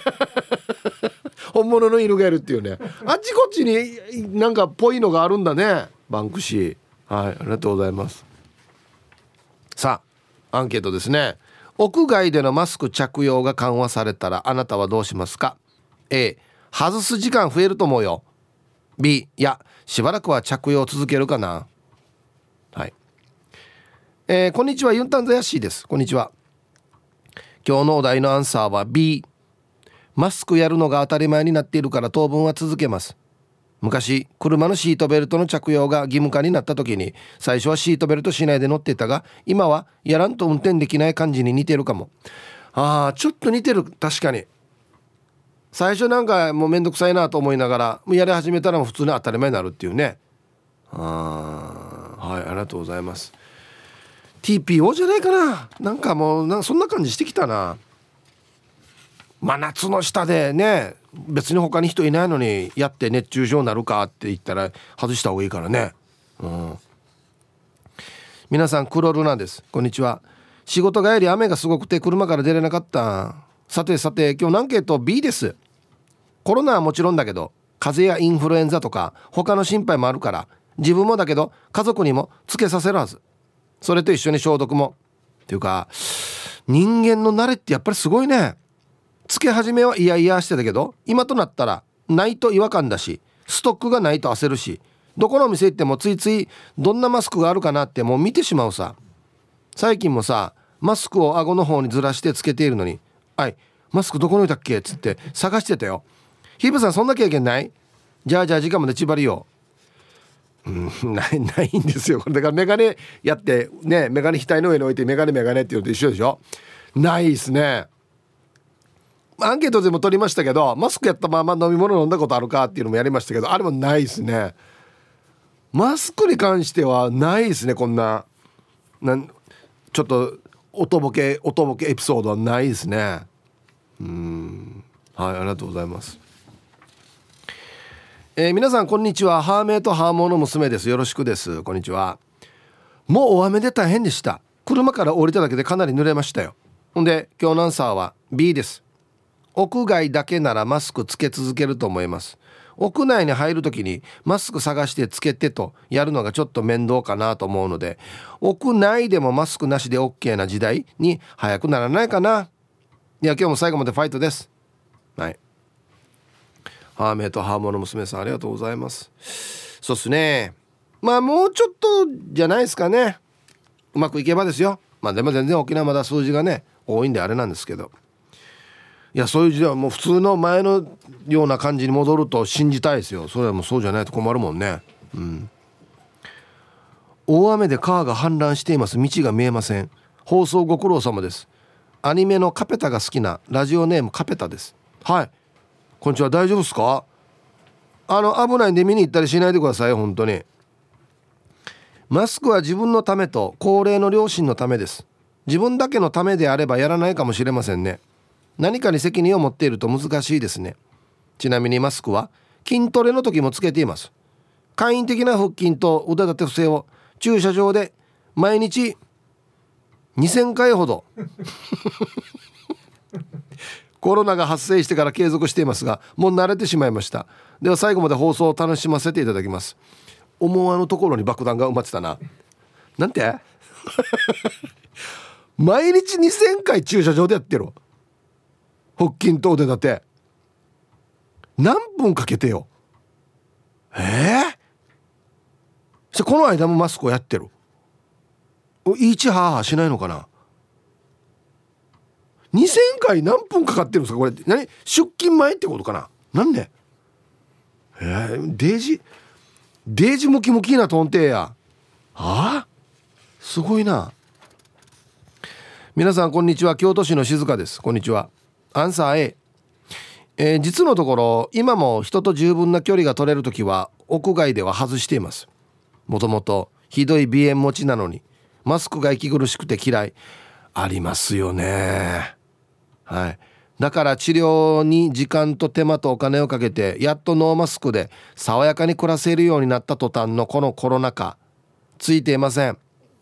本物の犬がいるっていうね。あっちこっちになんかぽいのがあるんだね、バンクシー。はい、ありがとうございます。さあアンケートですね。屋外でのマスク着用が緩和されたらあなたはどうしますか。 A、 外す時間増えると思うよ。 B、 いやしばらくは着用続けるかな。はい、えー、こんにちは、ユンタンザヤッシーです。こんにちは。今日のお題のアンサーは B、 マスクやるのが当たり前になっているから当分は続けます。昔車のシートベルトの着用が義務化になった時に最初はシートベルトしないで乗っていたが、今はやらんと運転できない感じに似てるかも。あー、ちょっと似てる。確かに最初なんかもうめんどくさいなと思いながらやり始めたらもう普通に当たり前になるっていうね。あー、はい、ありがとうございます。 ティーピーオー じゃないかな。なんかもうなんかそんな感じしてきたな。真夏の下でね、別に他に人いないのにやって熱中症になるかって言ったら外した方がいいからね。うん、皆さんクロルナです。こんにちは。仕事帰り雨がすごくて車から出れなかった。さてさて今日のアンケート B です。コロナはもちろんだけど風邪やインフルエンザとか他の心配もあるから自分もだけど家族にもつけさせるはず。それと一緒に消毒もっていうか、人間の慣れってやっぱりすごいね。つけ始めはいやいやしてたけど今となったらないと違和感だし、ストックがないと焦るし、どこのお店行ってもついついどんなマスクがあるかなってもう見てしまうさ。最近もさマスクを顎の方にずらしてつけているのに、はいマスクどこに置いたっけっつって探してたよ。ヒープさんそんな経験ない？じゃあじゃあ時間まで縛りよう。うん、ないないんですよ。これだからメガネやってね、メガネ額の上に置いてメガネメガネっていうのと一緒でしょ。ないですね。 アンケートでも取りましたけど、マスクやったまま飲み物飲んだことあるかっていうのもやりましたけど、あれもないですね。マスクに関してはないですね。こんななんちょっと音ボケ音ボケエピソードはないですね。うーん、はい、ありがとうございます。えー、皆さんこんにちは。ハーメイとハーモーの娘です。よろしくです。こんにちは。もう大雨で大変でした。車から降りただけでかなり濡れましたよ。ほんで今日のアンサーは ビー です。屋外だけならマスクつけ続けると思います。屋内に入るときにマスク探してつけてとやるのがちょっと面倒かなと思うので、屋内でもマスクなしで OK な時代に早くならないかな。いや今日も最後までファイトです。はい、ハーメイとハーモの娘さんありがとうございます。そうっすね、まあもうちょっとじゃないですかね。うまくいけばですよ。まあでも全然沖縄まだ数字がね多いんであれなんですけど、いやそういう時代はもう普通の前のような感じに戻ると信じたいですよ。それはもうそうじゃないと困るもんね。うん。大雨で川が氾濫しています。道が見えません。放送ご苦労様です。アニメのカペタが好きなラジオネームカペタです。はい、こんにちは。大丈夫ですか？あの危ないんで見に行ったりしないでください。本当にマスクは自分のためと高齢の両親のためです。自分だけのためであればやらないかもしれませんね。何かに責任を持っていると難しいですね。ちなみにマスクは筋トレの時もつけています。簡易的な腹筋と腕立て伏せを駐車場で毎日にせんかいほどコロナが発生してから継続していますが、もう慣れてしまいました。では最後まで放送を楽しませていただきます。思わぬところに爆弾が埋まってたな。なんて毎日にせんかい駐車場でやってる腹筋と腕立て何分かけてよ。えー、そこの間もマスクをやってる。いちはーはーしないのかな。にせんかい何分かかってるんですかこれ。何出勤前ってことかな。なんでえー、デージデージムキムキなトンテや。ああすごいな。皆さんこんにちは。京都市の静香です。こんにちは。アンサー A、えー、実のところ今も人と十分な距離が取れるときは屋外では外しています。もともとひどい鼻炎持ちなのにマスクが息苦しくて嫌い。ありますよね。はい、だから治療に時間と手間とお金をかけてやっとノーマスクで爽やかに暮らせるようになった途端のこのコロナ禍ついていません。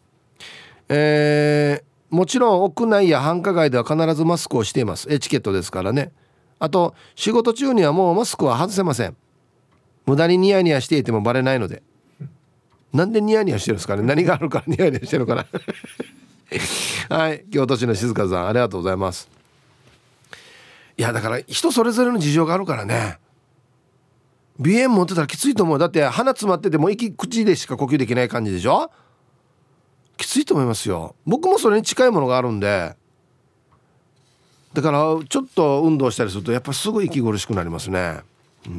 えー、もちろん屋内や繁華街では必ずマスクをしています。エチケットですからね。あと仕事中にはもうマスクは外せません。無駄にニヤニヤしていてもバレないので。なんでニヤニヤしてるんですかね。何があるからニヤニヤしてるのかなはい、京都市の静香さんありがとうございます。いやだから人それぞれの事情があるからね。鼻炎持ってたらきついと思う。だって鼻詰まってても息口でしか呼吸できない感じでしょ。きついと思いますよ。僕もそれに近いものがあるんで、だからちょっと運動したりするとやっぱすごい息苦しくなりますね。うん。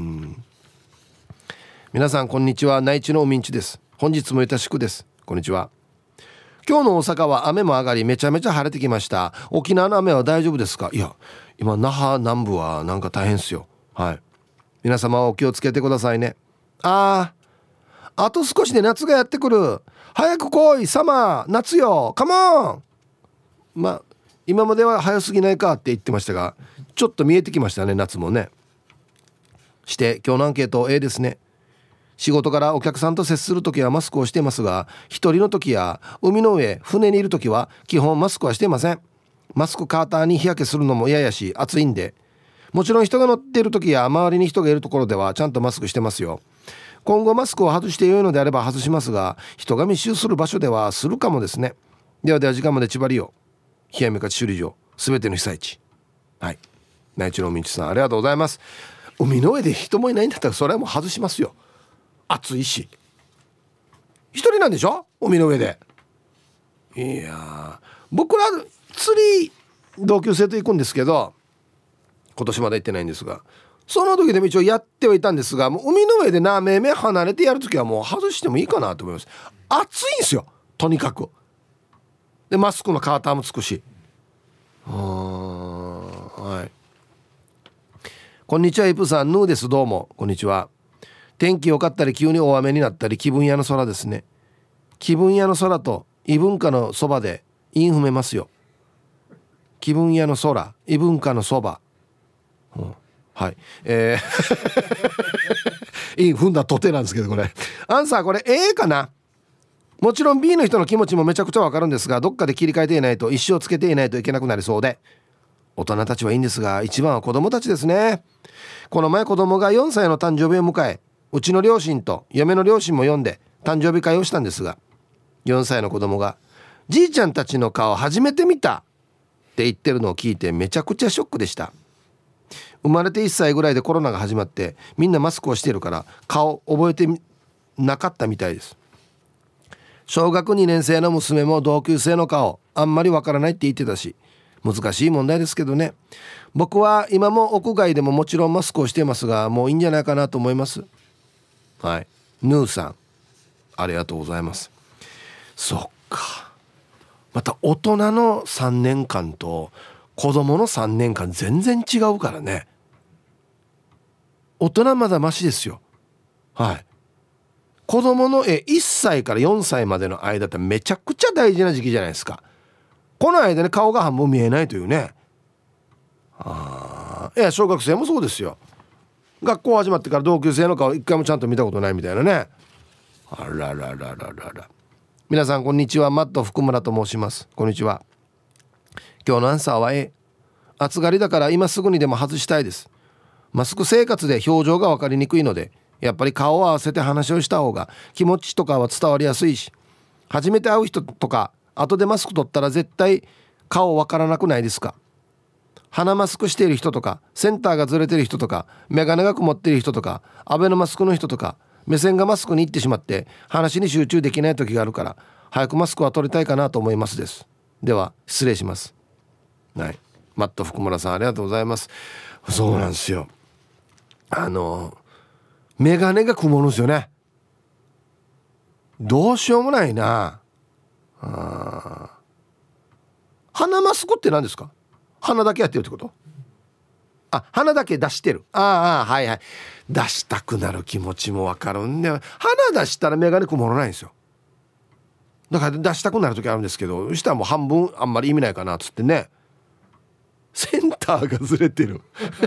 皆さんこんにちは。内地のおみんちです。本日もよろしくです。こんにちは。今日の大阪は雨も上がりめちゃめちゃ晴れてきました。沖縄の雨は大丈夫ですか？いや今那覇南部はなんか大変ですよ。はい、皆様お気をつけてくださいね。あーあと少しで夏がやってくる。早く来いサマー夏よカモン。まあ今までは早すぎないかって言ってましたがちょっと見えてきましたね夏もね。して今日のアンケート A ですね。仕事からお客さんと接するときはマスクをしていますが、一人のときや海の上船にいるときは基本マスクはしていません。マスクカーターに日焼けするのも嫌やし暑いんで。もちろん人が乗っているときや周りに人がいるところではちゃんとマスクしてますよ。今後マスクを外して良いのであれば外しますが、人が密集する場所ではするかもですね。ではでは時間まで千葉りを冷やみかち首里城すべての被災地。はい、内地のみんちさんありがとうございます。海の上で人もいないんだったらそれはもう外しますよ。暑いし一人なんでしょ海の上で。いや僕ら釣り同級生と行くんですけど今年まだ行ってないんですが、その時でも一応やってはいたんですが、もう海の上でなめめ離れてやるときはもう外してもいいかなと思います。暑いんですよとにかく。でマスクのカーターもつくし。あ、はい、 こんにちはイプさん、ヌーです。どうもこんにちは。天気良かったり急に大雨になったり気分屋の空ですね。気分屋の空と異文化のそばで韻踏めますよ。気分屋の空、異文化のそば、うん、はい、えー、韻踏んだとてなんですけど、これアンサーこれ A かな。もちろん B の人の気持ちもめちゃくちゃわかるんですが、どっかで切り替えていないと、一生つけていないといけなくなりそうで、大人たちはいいんですが一番は子供たちですね。この前子供がよんさいの誕生日を迎え、うちの両親と嫁の両親も呼んで誕生日会をしたんですが、よんさいの子供がじいちゃんたちの顔初めて見たって言ってるのを聞いてめちゃくちゃショックでした。生まれていっさいぐらいでコロナが始まってみんなマスクをしているから顔覚えてなかったみたいです。小学にねん生の娘も同級生の顔あんまりわからないって言ってたし、難しい問題ですけどね。僕は今も屋外でももちろんマスクをしていますが、もういいんじゃないかなと思います。はい、ヌーさんありがとうございます。そっか、また大人のさんねんかんと子供のさんねんかん全然違うからね。大人まだマシですよ。はい、子供のえいっさいからよんさいまでの間ってめちゃくちゃ大事な時期じゃないですか。この間ね顔が半分見えないというね。あいや小学生もそうですよ。学校始まってから同級生の顔一回もちゃんと見たことないみたいなね。あらららららら。皆さんこんにちは、マット福村と申します。こんにちは。今日のアンサーは A。 暑がりだから今すぐにでも外したいです。マスク生活で表情が分かりにくいので、やっぱり顔を合わせて話をした方が気持ちとかは伝わりやすいし、初めて会う人とか後でマスク取ったら絶対顔分からなくないですか。鼻マスクしている人とか、センターがずれている人とか、メガネが曇っている人とか、アベノマスクの人とか、目線がマスクに行ってしまって話に集中できない時があるから、早くマスクは取りたいかなと思いますです。では失礼します。はい、マット福村さんありがとうございます。そうなんですよ、あのメガネが曇るんですよね。どうしようもないなあ。鼻マスクって何ですか。鼻だけやってるってこと。あ、鼻だけ出してる。ああ、はいはい。出したくなる気持ちもわかるんで、鼻出したらメガネ曇らないんですよ。だから出したくなる時あるんですけど、そしたらもう半分あんまり意味ないかなっつってね。センターがずれてる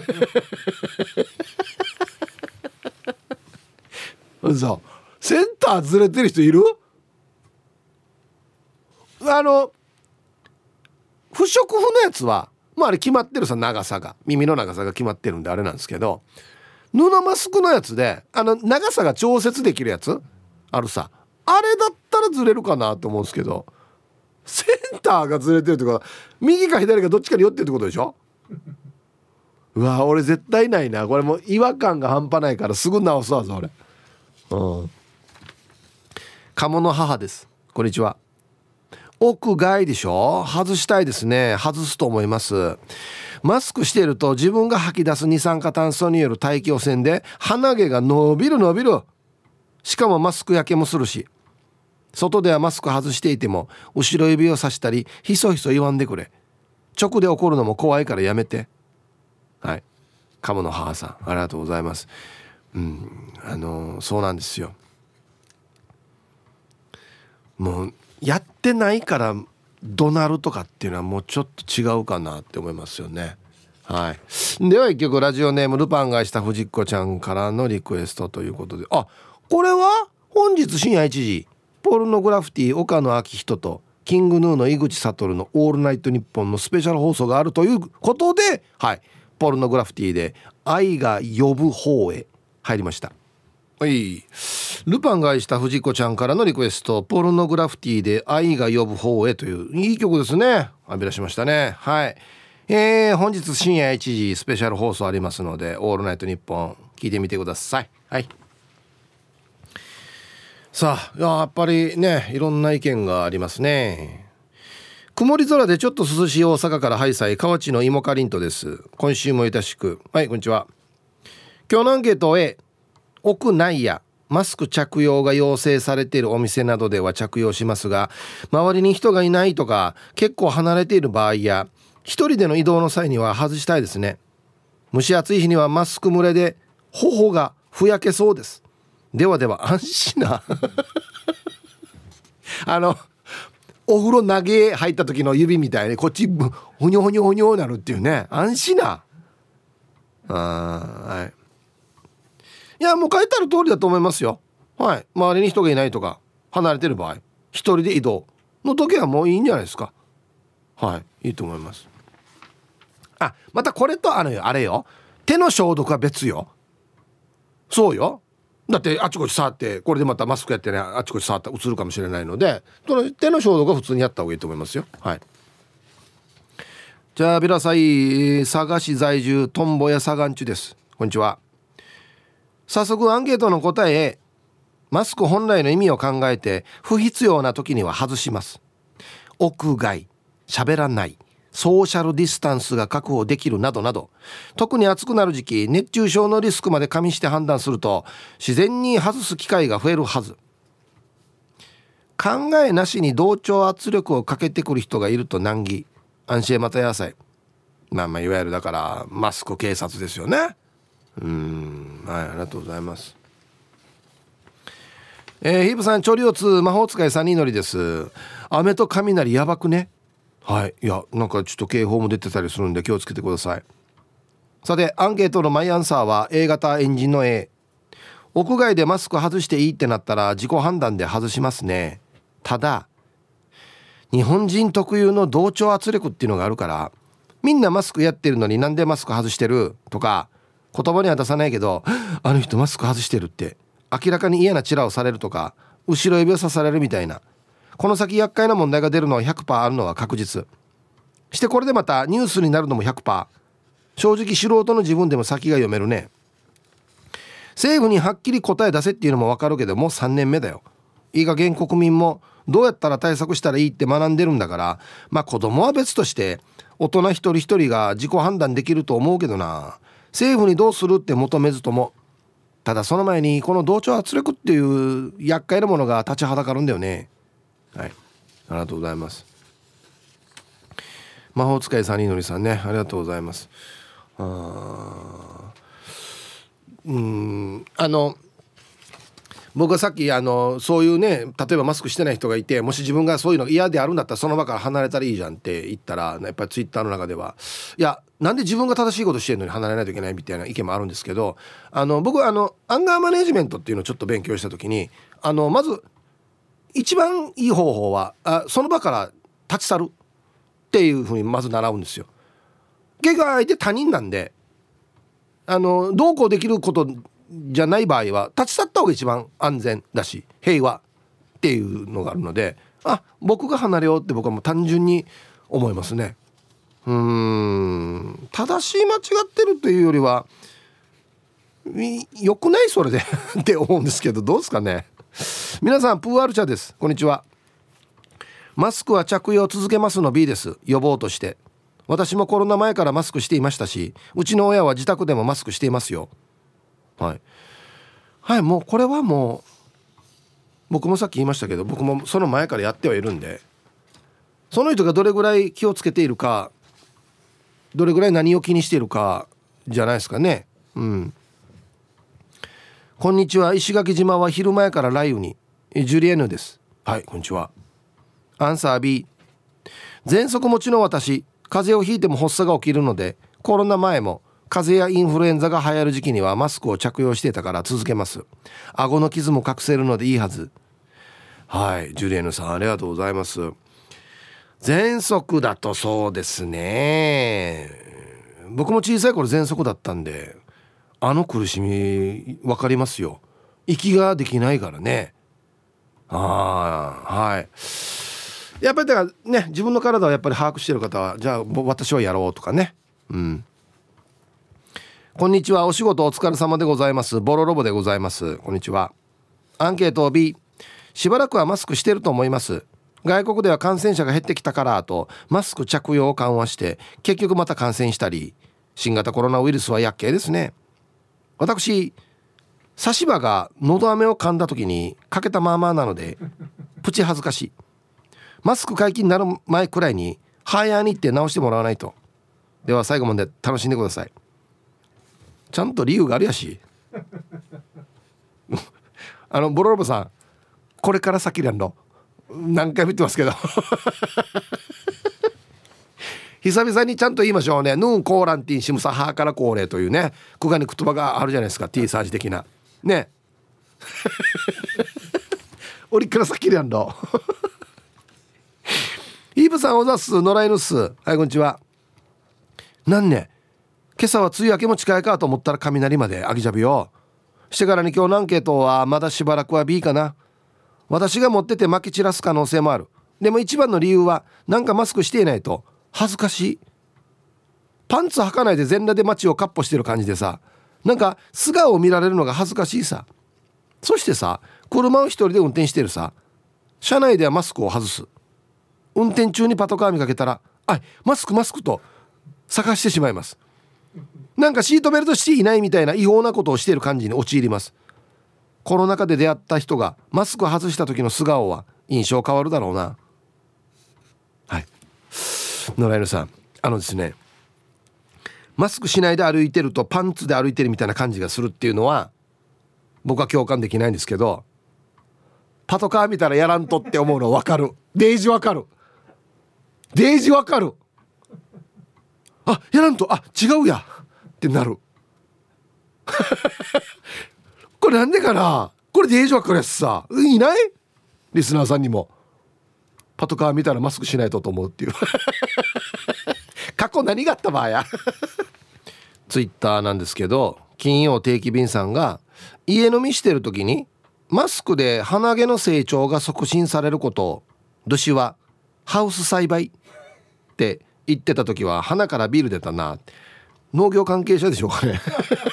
そうセンターずれてる人いる。あの不織布のやつはまああれ決まってるさ、長さが耳の長さが決まってるんであれなんですけど、布マスクのやつであの長さが調節できるやつあるさ、あれだったらずれるかなと思うんですけど、センターがずれてるってことは右か左かどっちかに寄ってるってことでしょ。うわ俺絶対ないなこれ。もう違和感が半端ないからすぐ直すわぞ俺。うん。鴨の母です。こんにちは。屋外でしょ、外したいですね。外すと思います。マスクしていると自分が吐き出す二酸化炭素による大気汚染で鼻毛が伸びる伸びる。しかもマスク焼けもするし、外ではマスク外していても後ろ指をさしたりひそひそ言わんでくれ。直で怒るのも怖いからやめて。はい、鴨の母さんありがとうございます。うん、あのー、そうなんですよ。もうやってないから怒鳴るとかっていうのはもうちょっと違うかなって思いますよね。はい、では一曲ラジオネームルパンがした藤子ちゃんからのリクエストということで、あ、これは本日深夜いちじポルノグラフィティ岡野昭人とキングヌーの井口悟のオールナイトニッポンのスペシャル放送があるということで、はい、ポルノグラフィティで愛が呼ぶ方へ入りました。はい、ルパンが愛した藤子ちゃんからのリクエスト、ポルノグラフィティで愛が呼ぶ方へといういい曲ですね。浴び出しましたね。はい、えー、本日深夜いちじスペシャル放送ありますのでオールナイトニッポン聞いてみてください。はい、さあやっぱりねいろんな意見がありますね。曇り空でちょっと涼しい大阪からハイサイ河内の芋かりんとです。今週もよろしく。はい、こんにちは。今日のアンケート A、 屋内やマスク着用が要請されているお店などでは着用しますが、周りに人がいないとか結構離れている場合や一人での移動の際には外したいですね。 蒸し暑い日にはマスク蒸れで頬がふやけそうです。ではでは、安心なあのお風呂投げ入った時の指みたいにこっちほにょほにょほにょなるっていうね。安心な。あ、はい、いやもう書いてある通りだと思いますよ。はい、周りに人がいないとか離れてる場合、一人で移動の時はもういいんじゃないですか。はい、いいと思います。あ、またこれとあのあれよ、手の消毒は別よ。そうよ、だってあちこち触って、これでまたマスクやってね、あちこち触ったらうつるかもしれないので、その手の消毒は普通にやった方がいいと思いますよ。はい。じゃあビラサイ佐賀市在住トンボやサガンチュです。こんにちは。早速アンケートの答え、マスク本来の意味を考えて不必要な時には外します。屋外、喋らない、ソーシャルディスタンスが確保できるなどなど、特に暑くなる時期、熱中症のリスクまで加味して判断すると自然に外す機会が増えるはず。考えなしに同調圧力をかけてくる人がいると難儀。安心また野菜、まあまあいわゆるだからマスク警察ですよね。うーん、はい、ありがとうございます。えー、ヒープさん、チョリオツ魔法使いさんにん乗りです。雨と雷やばくね。はい、いやなんかちょっと警報も出てたりするんで気をつけてください。さてアンケートのマイアンサーは A 型エンジンの A。 屋外でマスク外していいってなったら自己判断で外しますね。ただ日本人特有の同調圧力っていうのがあるから、みんなマスクやってるのになんでマスク外してるとか言葉には出さないけど、あの人マスク外してるって明らかに嫌なチラをされるとか、後ろ指を刺されるみたいな、この先厄介な問題が出るのは ひゃくパーセント あるのは確実して、これでまたニュースになるのも ひゃくパーセント。 正直素人の自分でも先が読めるね。政府にはっきり答え出せっていうのも分かるけど、もうさんねんめだよ。いい加減国民もどうやったら対策したらいいって学んでるんだから、まあ子供は別として大人一人一人が自己判断できると思うけどな。政府にどうするって求めずとも、ただその前にこの同調圧力っていう厄介なものが立ちはだかるんだよね。はい、ありがとうございます。魔法使いさんにのりさんね、ありがとうございます。あうーんあの僕はさっきあのそういうね、例えばマスクしてない人がいて、もし自分がそういうの嫌であるんだったらその場から離れたらいいじゃんって言ったら、やっぱりツイッターの中では、いやなんで自分が正しいことしてるのに離れないといけないみたいな意見もあるんですけど、あの僕はあのアンガーマネジメントっていうのをちょっと勉強した時に、あのまず一番いい方法はあその場から立ち去るっていうふうにまず習うんですよ。結局相手他人なんで、あのどうこうできることじゃない場合は立ち去った方が一番安全だし平和っていうのがあるので、あ僕が離れようって僕はもう単純に思いますね。うーん正しい間違ってるというよりは良くないそれでって思うんですけど、どうですかね。皆さんプーアルチャです。こんにちは。マスクは着用続けますの B です。予防として。私もコロナ前からマスクしていましたし、うちの親は自宅でもマスクしていますよ。はいはい、もうこれはもう僕もさっき言いましたけど、僕もその前からやってはいるんで、その人がどれぐらい気をつけているか、どれぐらい何を気にしているかじゃないですかね。うん。こんにちは。石垣島は昼前から雷雨に。ジュリエヌです。はい、こんにちは。アンサー B。 喘息持ちの私、風邪をひいても発作が起きるので、コロナ前も風邪やインフルエンザが流行る時期にはマスクを着用していたから続けます。顎の傷も隠せるのでいいはず。はい、ジュリエヌさんありがとうございます。喘息だとそうですね、僕も小さい頃喘息だったんで、あの苦しみ分かりますよ。息ができないからね。ああ、はい。やっぱりだからね、自分の体をやっぱり把握している方は、じゃあ私はやろうとかね。うん。こんにちは。お仕事お疲れ様でございます。ボロロボでございます。こんにちは。アンケート B。 しばらくはマスクしてると思います。外国では感染者が減ってきたからとマスク着用を緩和して結局また感染したり、新型コロナウイルスは厄介ですね。私差し歯がのど飴を噛んだ時にかけたままなのでプチ恥ずかしい。マスク解禁になる前くらいにハーヤーに行って直してもらわないと。では最後まで楽しんでください。 ちゃんと理由があるやしあのボロロボさんこれから先なんの何回も言ってますけど久々にちゃんと言いましょうね。ヌンコーランティンシムサハーから恒例というねクガに言葉があるじゃないですか。 T サージ的なね俺から先なんのイーブさんおざっす野良犬っす。はいこんにちは。なんね今朝は梅雨明けも近いかと思ったら雷まであぎじゃびよしてからに今日のアンケートはまだしばらくは B かな。私が持ってて撒き散らす可能性もある。でも一番の理由はなんかマスクしていないと恥ずかしい。パンツ履かないで全裸で街をカッポしてる感じでさなんか素顔を見られるのが恥ずかしいさ。そしてさ車を一人で運転してるさ車内ではマスクを外す。運転中にパトカー見かけたらあいマスクマスクと探してしまいます。なんかシートベルトしていないみたいな違法なことをしている感じに陥ります。コロナ禍で出会った人がマスクを外した時の素顔は印象変わるだろうな。はい野良犬さんあのですねマスクしないで歩いてるとパンツで歩いてるみたいな感じがするっていうのは僕は共感できないんですけどパトカー見たらやらんとって思うの分かる。デージ分かるデージ分かる。あやらんとあ違うやってなるこれなんでかな。これデージ分かるやつさいないリスナーさんにもパトカー見たらマスクしないとと思うっていう過去何があった場合やツイッターなんですけど金曜定期便さんが家飲みしてる時にマスクで鼻毛の成長が促進されることをドシはハウス栽培って言ってた時は鼻からビール出たな。農業関係者でしょうかね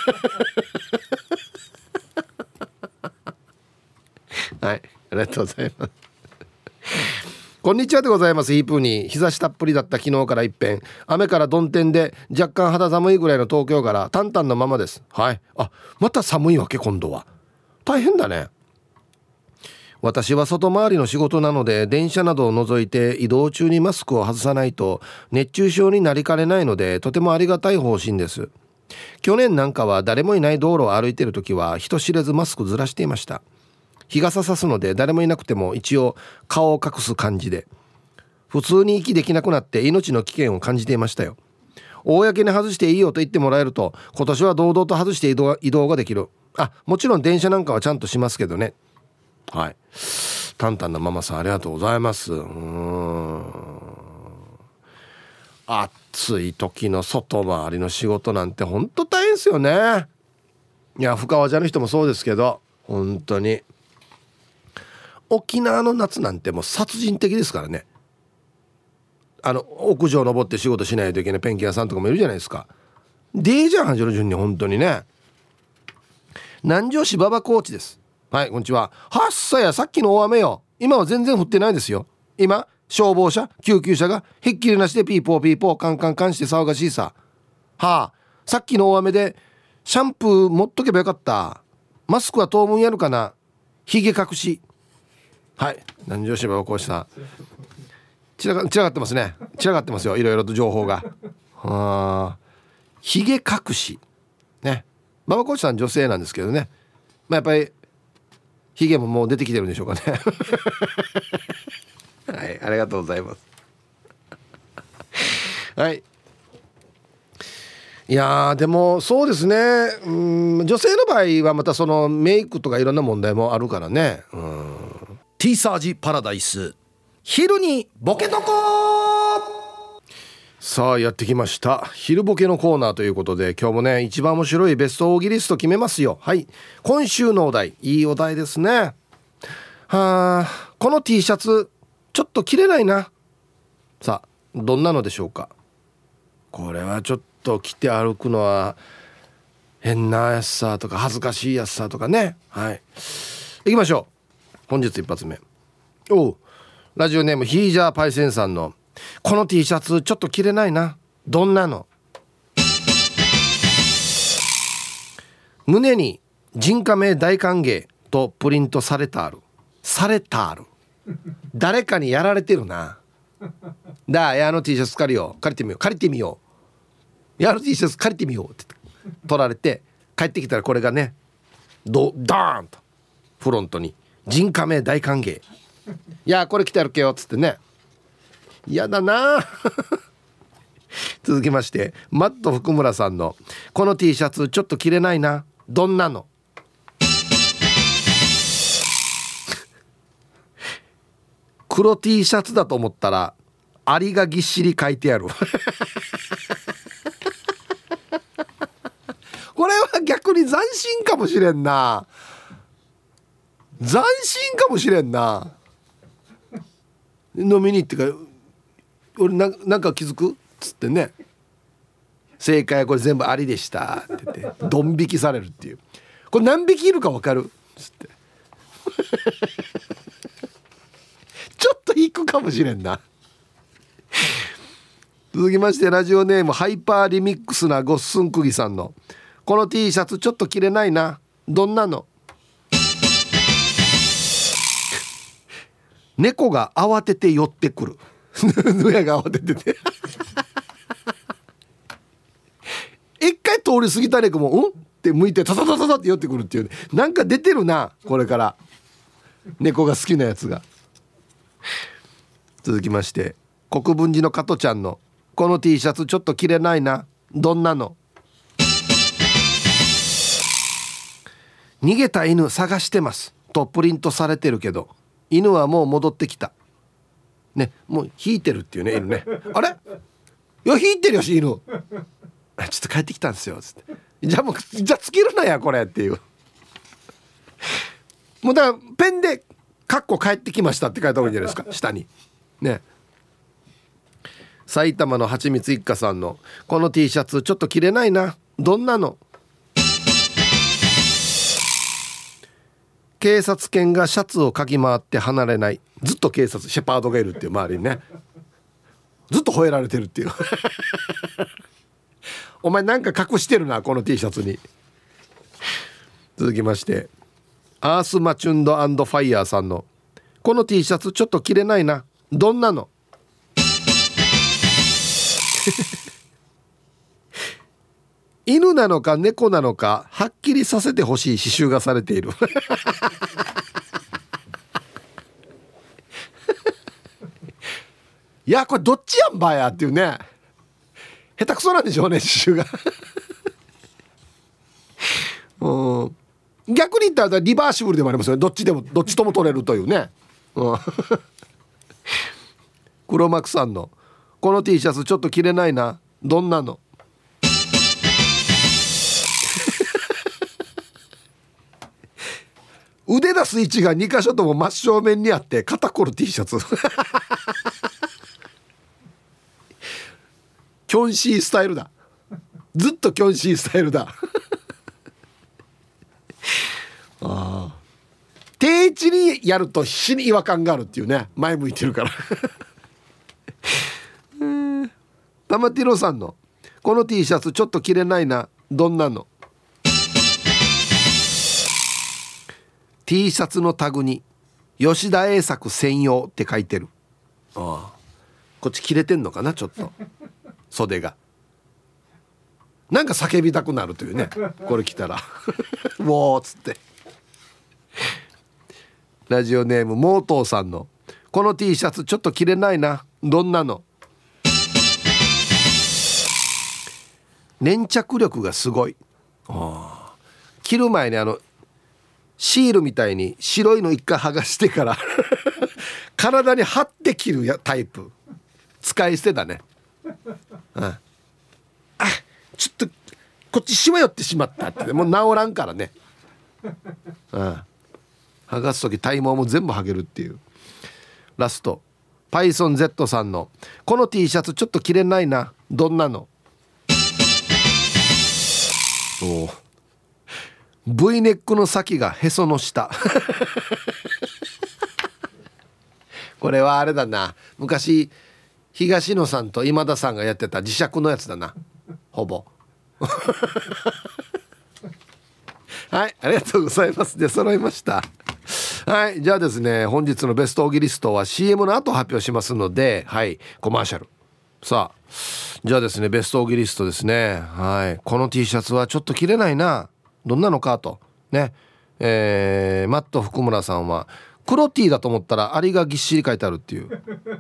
はいありがとうございますこんにちはでございます。イープーに日差したっぷりだった昨日から一変雨から曇天で若干肌寒いぐらいの東京からタンタンのままです。はいあまた寒いわけ。今度は大変だね。私は外回りの仕事なので電車などを除いて移動中にマスクを外さないと熱中症になりかねないのでとてもありがたい方針です。去年なんかは誰もいない道路を歩いている時は人知れずマスクずらしていました。日傘さすので誰もいなくても一応顔を隠す感じで普通に息できなくなって命の危険を感じていましたよ。公に外していいよと言ってもらえると今年は堂々と外して移動、移動ができる。あもちろん電車なんかはちゃんとしますけどね。はいタンタンのママさんありがとうございます。うーん暑い時の外回りの仕事なんて本当大変ですよね。いや深川じゃの人もそうですけど本当に沖縄の夏なんてもう殺人的ですからね。あの屋上登って仕事しないといけないペンキ屋さんとかもいるじゃないですか。でーじゃんはじろ順に本当にね。南城市馬場コーチです。はいこんにちは。はっさやさっきの大雨よ。今は全然降ってないですよ。今消防車救急車がひっきりなしでピーポーピーポーカンカンカンして騒がしいさ。はあさっきの大雨でシャンプー持っとけばよかった。マスクは当分やるかな。ひげ隠し。はい南城市馬場コーチさん散らが、散らがってますね。散らがってますよいろいろと情報が。はあひげ隠しね。馬場コーチさん女性なんですけどね、まあ、やっぱりヒゲももう出てきてるんでしょうかねはいありがとうございますはいいやーでもそうですねうん女性の場合はまたそのメイクとかいろんな問題もあるからね。うん T サージパラダイス昼にボケとこさあやってきました昼ボケのコーナーということで今日もね一番面白いベスト大喜利リスト決めますよ。はい今週のお題いいお題ですね。はあこの T シャツちょっと着れないな。さあどんなのでしょうか。これはちょっと着て歩くのは変なやつさとか恥ずかしいやつさとかね。はい行きましょう。本日一発目おうラジオネームヒージャーパイセンさんのこの T シャツちょっと着れないな。どんなの。胸に人家名大歓迎とプリントされたあるされたある誰かにやられてるな。だあやの T シャツ借りよう借りてみよう借りてみようやの T シャツ借りてみようって取られて帰ってきたらこれがねドドーンとフロントに人加盟大歓迎、いやこれ着て歩けよっつってね、嫌だな続きましてマット福村さんのこの T シャツちょっと着れないな、どんなの黒 T シャツだと思ったらアリがぎっしり書いてあるこれは逆に斬新かもしれんな、斬新かもしれんな。飲みに行ってから俺 な, なんか気づくっつってね、正解はこれ全部ありでしたって言ってドン引きされるっていう、これ何匹いるか分かるっつってちょっと引くかもしれんな続きましてラジオネームハイパーリミックスなごっすんくぎさんのこの T シャツちょっと着れないな、どんなの猫が慌てて寄ってくるぬやが慌ててて一回通り過ぎた猫もうんって向いてタタタタタって寄ってくるっていう、ね、なんか出てるなこれから猫が好きなやつが。続きまして国分寺の加トちゃんのこの T シャツちょっと着れないな、どんなの逃げた犬探してますとプリントされてるけど犬はもう戻ってきたね、もう引いてるっていうね犬ねあれいや引いてるよし犬ちょっと帰ってきたんですよつって、じゃあもうじゃあつけるなやこれっていうもうだからペンでカッコ帰ってきましたって書いた方がいいんじゃないですか下にね。埼玉のはちみつ一家さんのこの T シャツちょっと着れないな、どんなの警察犬がシャツをかき回って離れない、ずっと警察シェパードがいるっていう周りにねずっと吠えられてるっていうお前なんか隠してるなこの T シャツに。続きましてアースマチュンド&ファイヤーさんのこの T シャツちょっと着れないな、どんなの犬なのか猫なのかはっきりさせてほしい刺繍がされているいやこれどっちやんばやっていうね、下手くそなんでしょうね刺繍がうん逆に言ったらリバーシブルでもありますよね、どっちでもどっちとも取れるというね、うん、黒幕さんのこの T シャツちょっと着れないな、どんなの腕出す位置がに箇所とも真正面にあって肩こる T シャツキョンシースタイルだ、ずっとキョンシースタイルだあ定位置にやると死に違和感があるっていうね、前向いてるから玉ティロさんのこの T シャツちょっと着れないな、どんなのT シャツのタグに吉田栄作専用って書いてる、ああこっち切れてんのかな、ちょっと袖がなんか叫びたくなるというね、これ着たらウォーっつって。ラジオネームモートーさんのこの T シャツちょっと着れないな、どんなの粘着力がすごい、あ着る前にあのシールみたいに白いの一回剥がしてから体に貼って着るやタイプ、使い捨てだね、うん、あちょっとこっちしわ寄ってしまったってもう治らんからね、うん、剥がす時体毛も全部剥げるっていう。ラストパイソン Z さんのこの T シャツちょっと着れないな、どんなのお V ネックの先がへその下これはあれだな、昔東野さんと今田さんがやってた磁石のやつだなほぼはいありがとうございます。で揃いました。はい、じゃあですね本日のベストオギリストは シーエム の後発表しますので、はいコマーシャル。さあじゃあですねベストオギリストですね。はいこの T シャツはちょっと着れないな、 どんなのかとね。えー、マット福村さんは黒 T だと思ったらアリがぎっしり書いてあるっていう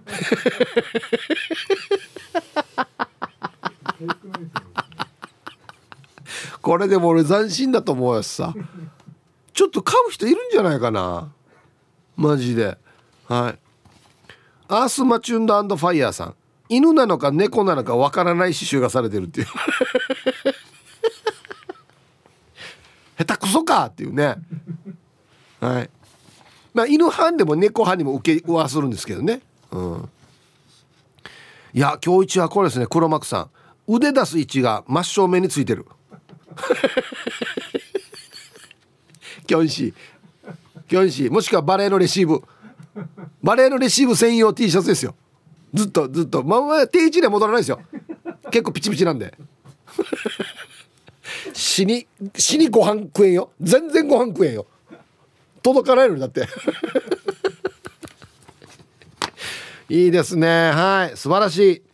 これでも俺斬新だと思うやつさ。ちょっと買う人いるんじゃないかなマジで。はい。アースマチュンド&ファイヤーさん、犬なのか猫なのかわからない刺繍がされてるっていう下手くそかっていうね。はい。まあ犬派でも猫派にも受けはするんですけどね。うん。いや今日一はこれですね。黒幕さん、腕出す位置が真正面についてるキョンシーキョンシー、もしくはバレーのレシーブ、バレーのレシーブ専用 T シャツですよ。ずっとずっとまあまあ定位置には戻らないですよ。結構ピチピチなんで死に死にご飯食えんよ。全然ご飯食えんよ。届かないのにだっていいですね。はい、素晴らしい。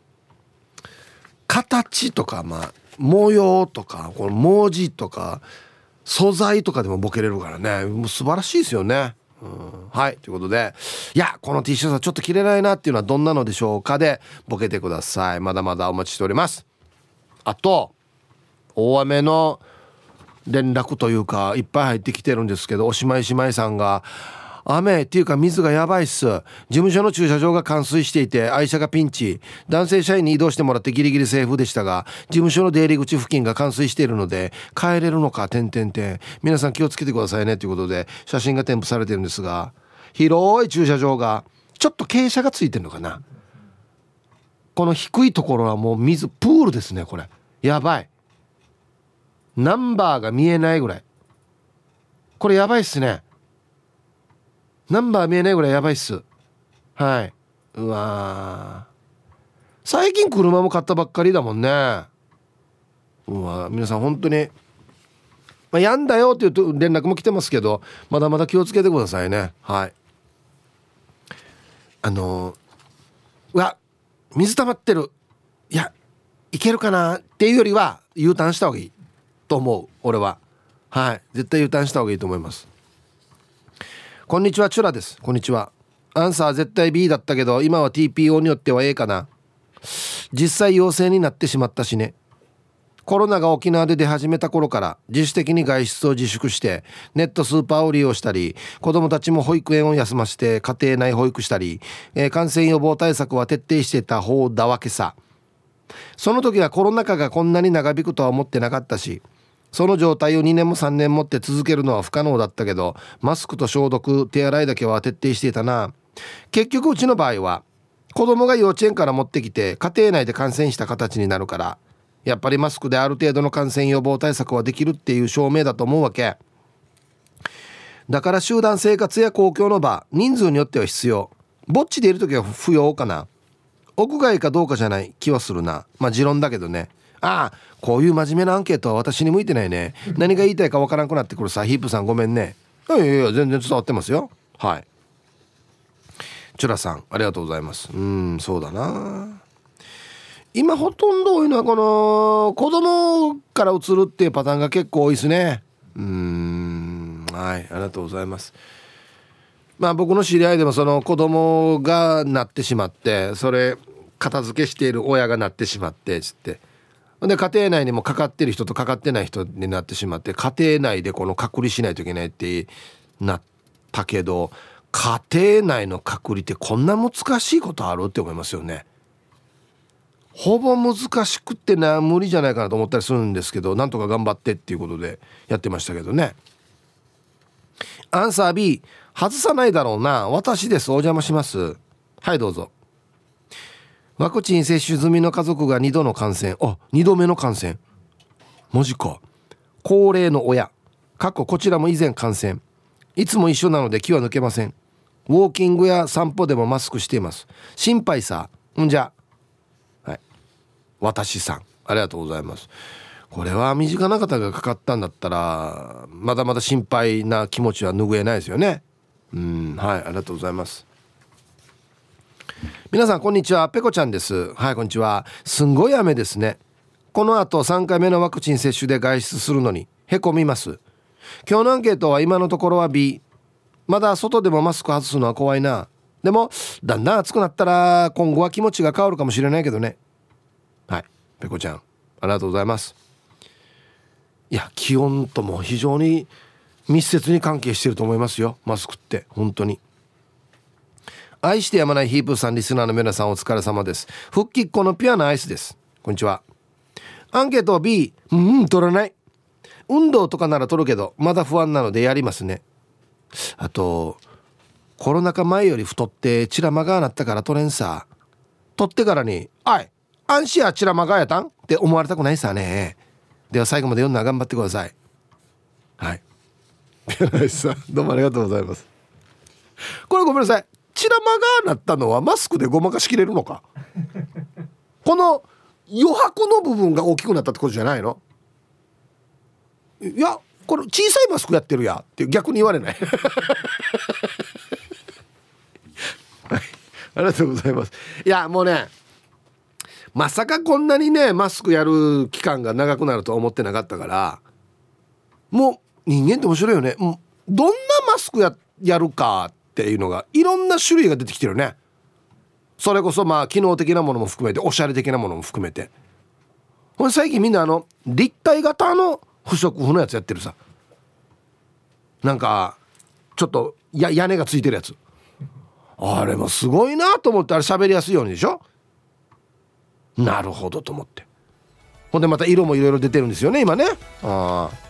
形とか、まあ模様とかこの文字とか素材とかでもボケれるからね、もう素晴らしいですよね。うん、はいということで、いやこの T シャツはちょっと着れないなっていうのはどんなのでしょうかでボケてください。まだまだお待ちしております。あと大雨の連絡というかいっぱい入ってきてるんですけど、おしまい姉妹さんが雨っていうか水がやばいっす、事務所の駐車場が冠水していて愛車がピンチ、男性社員に移動してもらってギリギリセーフでしたが、事務所の出入り口付近が冠水しているので帰れるのか点々点、皆さん気をつけてくださいねということで写真が添付されてるんですが、広い駐車場がちょっと傾斜がついてるのかな。この低いところはもう水プールですね。これやばい、ナンバーが見えないぐらい、これやばいっすね。ナンバー見えないぐらいやばいっす。はい。うわ最近車も買ったばっかりだもんね。うわ皆さん本当に、まあ、やんだよっていうと連絡も来てますけど、まだまだ気をつけてくださいね。はい。あのー、うわ水溜まってる、いやいけるかなっていうよりは U ターンした方がいいと思う俺は。はい、絶対 U ターンした方がいいと思います。こんにちはチュラです。こんにちは。アンサー絶対 B だったけど今は ティーピーオー によっては A かな。実際陽性になってしまったしね。コロナが沖縄で出始めた頃から自主的に外出を自粛してネットスーパーを利用したり、子どもたちも保育園を休ませて家庭内保育したり、えー、感染予防対策は徹底してた方だわけさ。その時はコロナ禍がこんなに長引くとは思ってなかったし、その状態をにねんもさんねんもって続けるのは不可能だったけど、マスクと消毒手洗いだけは徹底していたな。結局うちの場合は子供が幼稚園から持ってきて家庭内で感染した形になるから、やっぱりマスクである程度の感染予防対策はできるっていう証明だと思うわけだから、集団生活や公共の場人数によっては必要、ぼっちでいるときは不要かな。屋外かどうかじゃない気はするな。まあ持論だけどね。ああこういう真面目なアンケートは私に向いてないね。何が言いたいかわからなくなってくるさ。ヒープさんごめんね。いやいやいや全然伝わってますよ。はい。チュラさんありがとうございます。うーんそうだな。今ほとんど多いのはこの子供からうつるっていうパターンが結構多いですね。うーんはいありがとうございます。まあ僕の知り合いでもその子供がなってしまって、それ片付けしている親がなってしまってつって、で家庭内にもかかってる人とかかってない人になってしまって、家庭内でこの隔離しないといけないってなったけど、家庭内の隔離ってこんな難しいことあるって思いますよね。ほぼ難しくってな無理じゃないかなと思ったりするんですけど、なんとか頑張ってっていうことでやってましたけどね。アンサー B、 外さないだろうな。私です。お邪魔します。はいどうぞ。ワクチン接種済みの家族がにどの感染。あ、にどめの感染。マジか。高齢の親。過去こちらも以前感染。いつも一緒なので気は抜けません。ウォーキングや散歩でもマスクしています。心配さ。んじゃ。はい。私さん。ありがとうございます。これは身近な方がかかったんだったら、まだまだ心配な気持ちは拭えないですよね。うん、はい。ありがとうございます。皆さんこんにちは、ペコちゃんです。はいこんにちは。すんごい雨ですね。この後さんかいめのワクチン接種で外出するのにへこみます。今日のアンケートは今のところは B。 まだ外でもマスク外すのは怖いな。でもだんだん暑くなったら今後は気持ちが変わるかもしれないけどね。はい、ペコちゃんありがとうございます。いや気温とも非常に密接に関係していると思いますよ、マスクって本当に。愛してやまないヒープーさん、リスナーの皆さんお疲れ様です。復帰っ子のピュアなアイスです。こんにちは。アンケートは B。 うん取らない。運動とかなら取るけどまだ不安なのでやりますね。あとコロナ禍前より太ってチラマガーなったから取れんさ。取ってからにあいアンシアチラマガーやたんって思われたくないさね。では最後まで読んだら頑張ってください。はいピュアなアイスさんどうもありがとうございます。これごめんなさい、チラマガーなったのはマスクでごまかしきれるのかこの余白の部分が大きくなったってことじゃないの？いやこれ小さいマスクやってるやって逆に言われないはい、ありがとうございます。いやもうねまさかこんなにねマスクやる期間が長くなるとは思ってなかったから、もう人間って面白いよね。もうどんなマスク や, やるかっていうのがいろんな種類が出てきてるね。それこそまあ機能的なものも含めておしゃれ的なものも含めて、ほん最近みんなあの立体型の不織布のやつやってるさ。なんかちょっとや屋根がついてるやつ、あれもすごいなと思って、あれ喋りやすいようにでしょ。なるほどと思って、ほんでまた色もいろいろ出てるんですよね今ね。ああ